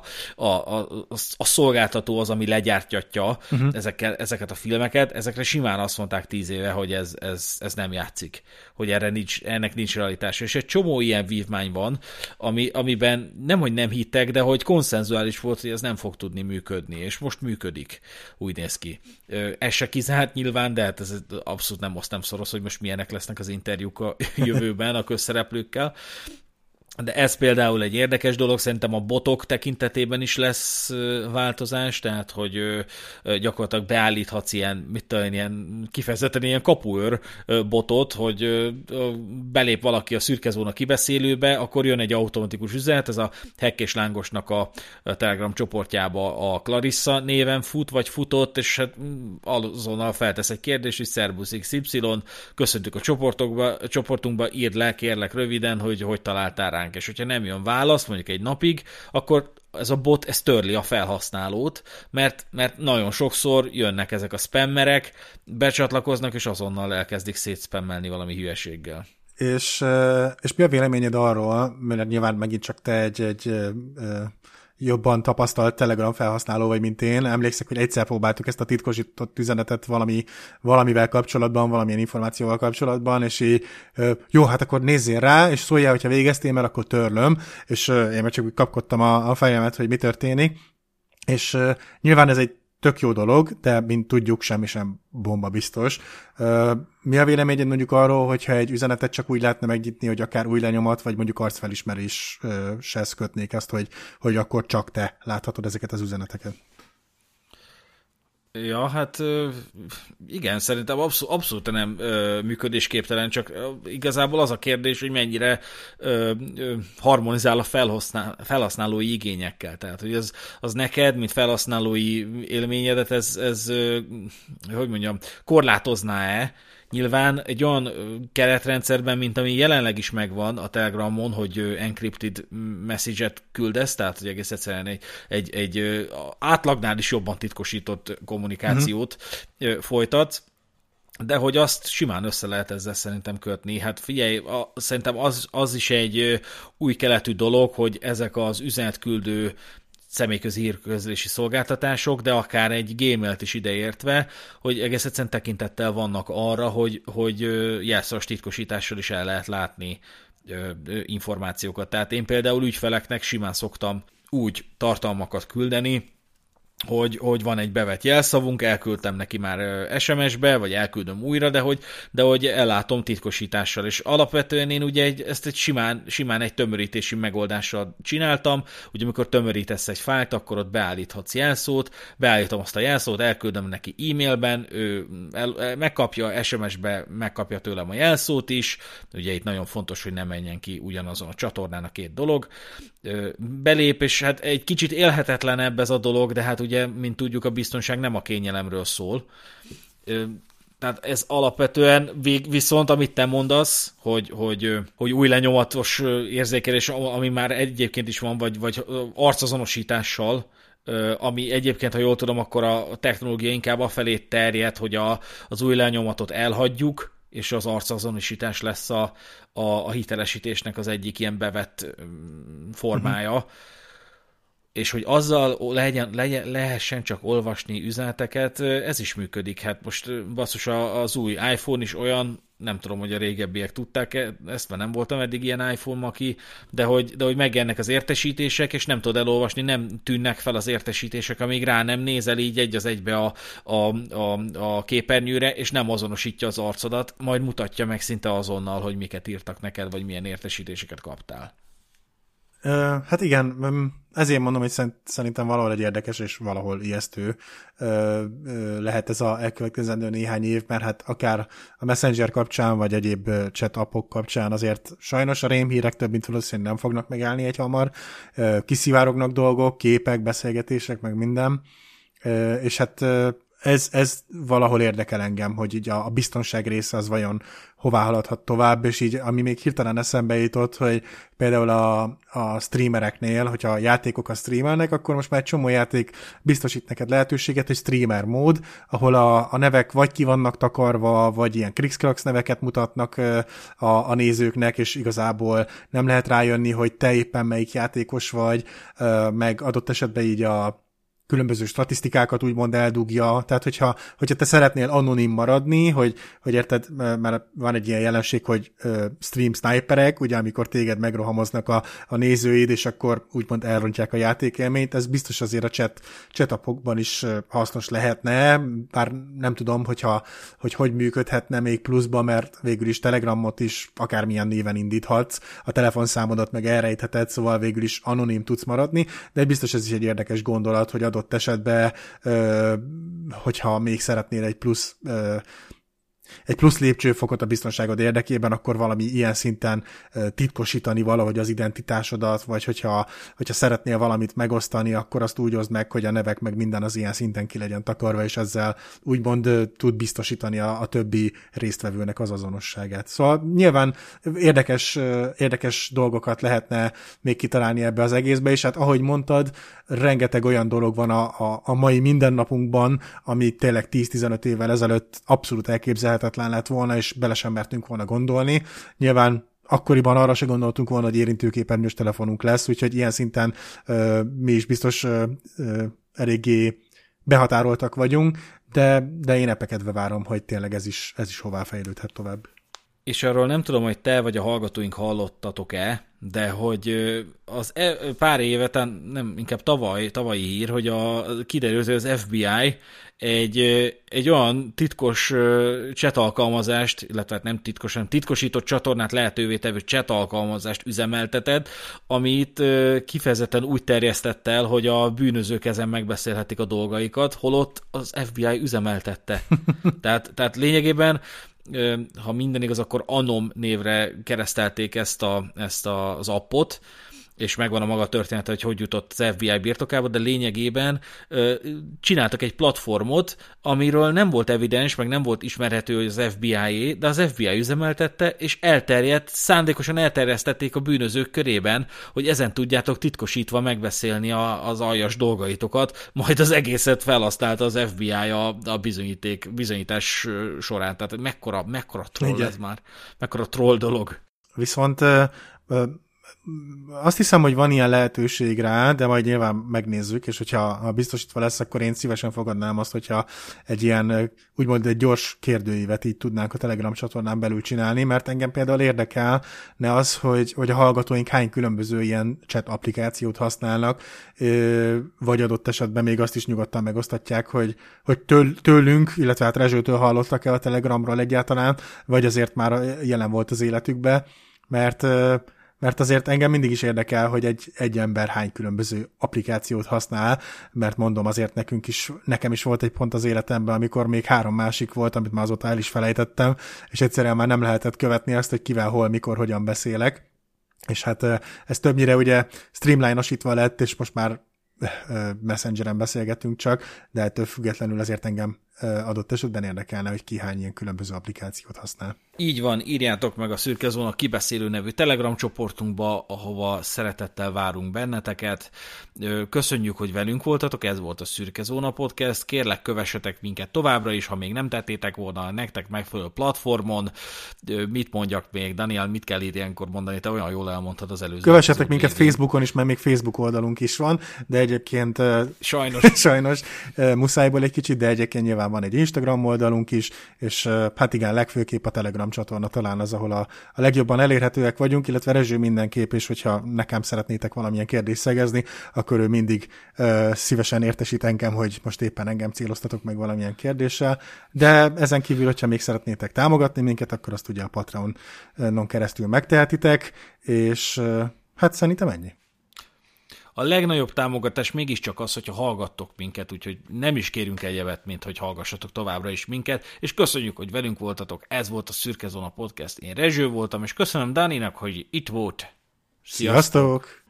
a szolgáltató az, ami legyártja ezeket a filmeket. Ezekre simán azt mondták 10 éve, hogy ez nem játszik, hogy ennek nincs realitás. És egy csomó ilyen vívmány van, amiben nemhogy nem hittek, de hogy konszenzuális volt, hogy ez nem fog tudni működni, és most működik, úgy néz ki. Ez se kizárt nyilván, de hát ez abszolút nem szoros, hogy most milyenek lesznek az interjúk a jövőben a közszereplőkkel. De ez például egy érdekes dolog, szerintem a botok tekintetében is lesz változás, tehát hogy gyakorlatilag beállíthatsz ilyen kifejezetten ilyen kapuőr botot, hogy belép valaki a szürke zóna kibeszélőbe, akkor jön egy automatikus üzenet, ez a Hekk és Lángosnak a Telegram csoportjába a Clarissa néven fut, vagy futott, és hát azonnal feltesz egy kérdést, hogy Szerbusz XY, köszöntük a csoportunkba, írd le, kérlek röviden, hogy találtál ránk. És hogyha nem jön válasz, mondjuk egy napig, akkor ez a bot, ez törli a felhasználót, mert nagyon sokszor jönnek ezek a spammerek, becsatlakoznak, és azonnal elkezdik szétspammelni valami hülyeséggel. És mi a véleményed arról, mert nyilván megint csak te egy jobban tapasztalt Telegram felhasználó vagy, mint én. Emlékszek, hogy egyszer próbáltuk ezt a titkosított üzenetet valamivel kapcsolatban, valamilyen információval kapcsolatban, és így, jó, hát akkor nézzél rá, és szóljál, hogyha végeztél, mert akkor törlöm, és én meg csak úgy kapkodtam a fejemet, hogy mi történik. És nyilván ez egy tök jó dolog, de mint tudjuk, semmi sem bomba biztos. Mi a véleményed mondjuk arról, hogyha egy üzenetet csak úgy lehetne megnyitni, hogy akár új lenyomat, vagy mondjuk arcfelismeréshez kötnék ezt, hogy akkor csak te láthatod ezeket az üzeneteket? Ja, hát igen, szerintem abszolút nem működésképtelen, csak igazából az a kérdés, hogy mennyire harmonizál a felhasználói igényekkel. Tehát, hogy az neked, mint felhasználói élményedet, ez hogy mondjam, korlátozná-e? Nyilván egy olyan keretrendszerben, mint ami jelenleg is megvan a Telegramon, hogy encrypted message-et küldesz, tehát hogy egész egyszerűen egy átlagnál is jobban titkosított kommunikációt folytatsz, de hogy azt simán össze lehet ezzel szerintem kötni. Hát figyelj, szerintem az is egy új keletű dolog, hogy ezek az üzenetküldő személyközi hírközlési szolgáltatások, de akár egy Gmailt is ideértve, hogy egész egyszerűen tekintettel vannak arra, hogy jelszavas titkosítással is el lehet látni információkat. Tehát én például ügyfeleknek simán szoktam úgy tartalmakat küldeni, hogy van egy bevett jelszavunk, elküldtem neki már SMS-be, vagy elküldöm újra, de hogy ellátom titkosítással, és alapvetően én ugye ezt egy simán egy tömörítési megoldással csináltam, ugye amikor tömörítesz egy fájlt, akkor ott beállíthatsz jelszót, beállítom azt a jelszót, elküldöm neki e-mailben, ő megkapja, SMS-be megkapja tőlem a jelszót is, ugye itt nagyon fontos, hogy ne menjen ki ugyanazon a csatornán a két dolog, belép, és hát egy kicsit élhetetlenebb ez a dolog, de hát ugye, mint tudjuk, a biztonság nem a kényelemről szól. Tehát ez alapvetően viszont, amit te mondasz, hogy új lenyomatos érzékelés, ami már egyébként is van, vagy arcazonosítással, ami egyébként, ha jól tudom, akkor a technológia inkább afelé terjed, hogy az új lenyomatot elhagyjuk, és az arcazonosítás lesz a hitelesítésnek az egyik ilyen bevett formája, és hogy azzal lehessen csak olvasni üzeneteket, ez is működik. Hát most basszus, az új iPhone is olyan, nem tudom, hogy a régebbiek tudták-e, ezt már nem voltam eddig ilyen iPhone maki, de hogy megjelennek az értesítések, és nem tudod elolvasni, nem tűnnek fel az értesítések, amíg rá nem nézel így egy az egybe a képernyőre, és nem azonosítja az arcodat, majd mutatja meg szinte azonnal, hogy miket írtak neked, vagy milyen értesítéseket kaptál. Hát igen, ezért mondom, hogy szerintem valahol egy érdekes és valahol ijesztő lehet ez a elkövetkezendő néhány év, mert hát akár a Messenger kapcsán, vagy egyéb chat appok kapcsán azért sajnos a rémhírek több mint valószínűleg nem fognak megállni egy hamar, kiszivárognak dolgok, képek, beszélgetések, meg minden, és hát ez valahol érdekel engem, hogy így a biztonság része az vajon hová haladhat tovább, és így ami még hirtelen eszembe jutott, hogy például a streamereknél, hogyha a játékokat streamelnek, akkor most már egy csomó játék biztosít neked lehetőséget, egy streamer mód, ahol a nevek vagy ki vannak takarva, vagy ilyen krikszkrax neveket mutatnak a nézőknek, és igazából nem lehet rájönni, hogy te éppen melyik játékos vagy, meg adott esetben így a különböző statisztikákat úgymond eldugja, tehát hogyha te szeretnél anonim maradni, hogy érted, mert van egy ilyen jelenség, hogy stream sniperek, ugye amikor téged megrohamoznak a nézőid, és akkor úgymond elrontják a játékélményt, ez biztos azért a chat appokban is hasznos lehetne, bár nem tudom, hogy működhetne még pluszba, mert végül is Telegramot is akármilyen néven indíthatsz, a telefonszámodat meg elrejtheted, szóval végül is anonim tudsz maradni, de biztos ez is egy érdekes gondolat, hogy adott esetben, hogyha még szeretnél egy plusz lépcsőfokot a biztonságod érdekében, akkor valami ilyen szinten titkosítani valahogy az identitásodat, vagy hogyha szeretnél valamit megosztani, akkor azt úgy oszd meg, hogy a nevek meg minden az ilyen szinten ki legyen takarva, és ezzel úgymond tud biztosítani a többi résztvevőnek az azonosságát. Szóval nyilván érdekes dolgokat lehetne még kitalálni ebbe az egészbe, és hát ahogy mondtad, rengeteg olyan dolog van a mai mindennapunkban, ami tényleg 10-15 évvel ezelőtt abszolút elképzelhető lehetetlen lett volna, és bele sem mertünk volna gondolni. Nyilván akkoriban arra se gondoltunk volna, hogy érintőképernyős telefonunk lesz, úgyhogy ilyen szinten mi is biztos eléggé behatároltak vagyunk, de én epekedve várom, hogy tényleg ez is hová fejlődhet tovább. És arról nem tudom, hogy te vagy a hallgatóink hallottatok-e, de hogy pár éve, nem, inkább tavalyi hír, hogy kiderült, hogy az FBI egy olyan titkos chat alkalmazást, illetve nem titkos, hanem titkosított csatornát lehetővé tevő chat alkalmazást üzemeltetett, amit kifejezetten úgy terjesztett el, hogy a bűnözők ezen megbeszélhetik a dolgaikat, holott az FBI üzemeltette. Tehát lényegében ha minden igaz, akkor Anom névre keresztelték ezt az appot, és megvan a maga története, hogy jutott az FBI birtokába, de lényegében csináltak egy platformot, amiről nem volt evidens, meg nem volt ismerhető, hogy az FBI-é, de az FBI üzemeltette, és szándékosan elterjesztették a bűnözők körében, hogy ezen tudjátok titkosítva megbeszélni az aljas dolgaitokat, majd az egészet felhasználta az FBI a bizonyítás során. Tehát mekkora troll ez már, mekkora troll dolog. Viszont azt hiszem, hogy van ilyen lehetőség rá, de majd nyilván megnézzük, és hogyha biztosítva lesz, akkor én szívesen fogadnám azt, hogyha egy ilyen, úgymond egy gyors kérdőívet így tudnánk a Telegram csatornán belül csinálni, mert engem például érdekelne az, hogy a hallgatóink hány különböző ilyen chat applikációt használnak, vagy adott esetben még azt is nyugodtan megosztatják, hogy tőlünk, illetve hát Rezsőtől hallottak-e a Telegramról egyáltalán, vagy azért már jelen volt az életükbe, mert azért engem mindig is érdekel, hogy egy ember hány különböző applikációt használ, mert mondom, azért nekem is volt egy pont az életemben, amikor még 3 másik volt, amit már azóta el is felejtettem, és egyszerűen már nem lehetett követni azt, hogy kivel, hol, mikor, hogyan beszélek. És hát ez többnyire ugye streamline-osítva lett, és most már Messengeren beszélgetünk csak, de ettől függetlenül azért engem adott esetben érdekelne, hogy ki hány ilyen különböző applikációt használ. Így van, írjátok meg a Szürke Zóna Kibeszélő nevű Telegram csoportunkba, ahova szeretettel várunk benneteket. Köszönjük, hogy velünk voltatok, ez volt a Szürke Zóna Podcast. Kérlek, kövessetek minket továbbra is, ha még nem tettétek volna nektek megfelelő platformon. Mit mondjak még? Daniel, mit kell ilyenkor mondani? Te olyan jól elmondtad az előző. Kövessetek minket Facebookon is, mert még Facebook oldalunk is van, de egyébként sajnos muszájból egy kicsit, de egyébként nyilván van egy Instagram oldalunk is, és hát igen, legfőképp a Telegram csatorna talán az, ahol a legjobban elérhetőek vagyunk, illetve Rezső mindenképp, és hogyha nekem szeretnétek valamilyen kérdést szegezni, akkor ő mindig szívesen értesít engem, hogy most éppen engem céloztatok meg valamilyen kérdéssel, de ezen kívül, hogyha még szeretnétek támogatni minket, akkor azt ugye a Patreonon keresztül megtehetitek, és hát szerintem ennyi. A legnagyobb támogatás mégiscsak az, hogyha hallgattok minket, úgyhogy nem is kérünk egyebet, mint hogy hallgassatok továbbra is minket, és köszönjük, hogy velünk voltatok, ez volt a Szürke Zóna Podcast, én Rezső voltam, és köszönöm Dáninak, hogy itt volt. Sziasztok!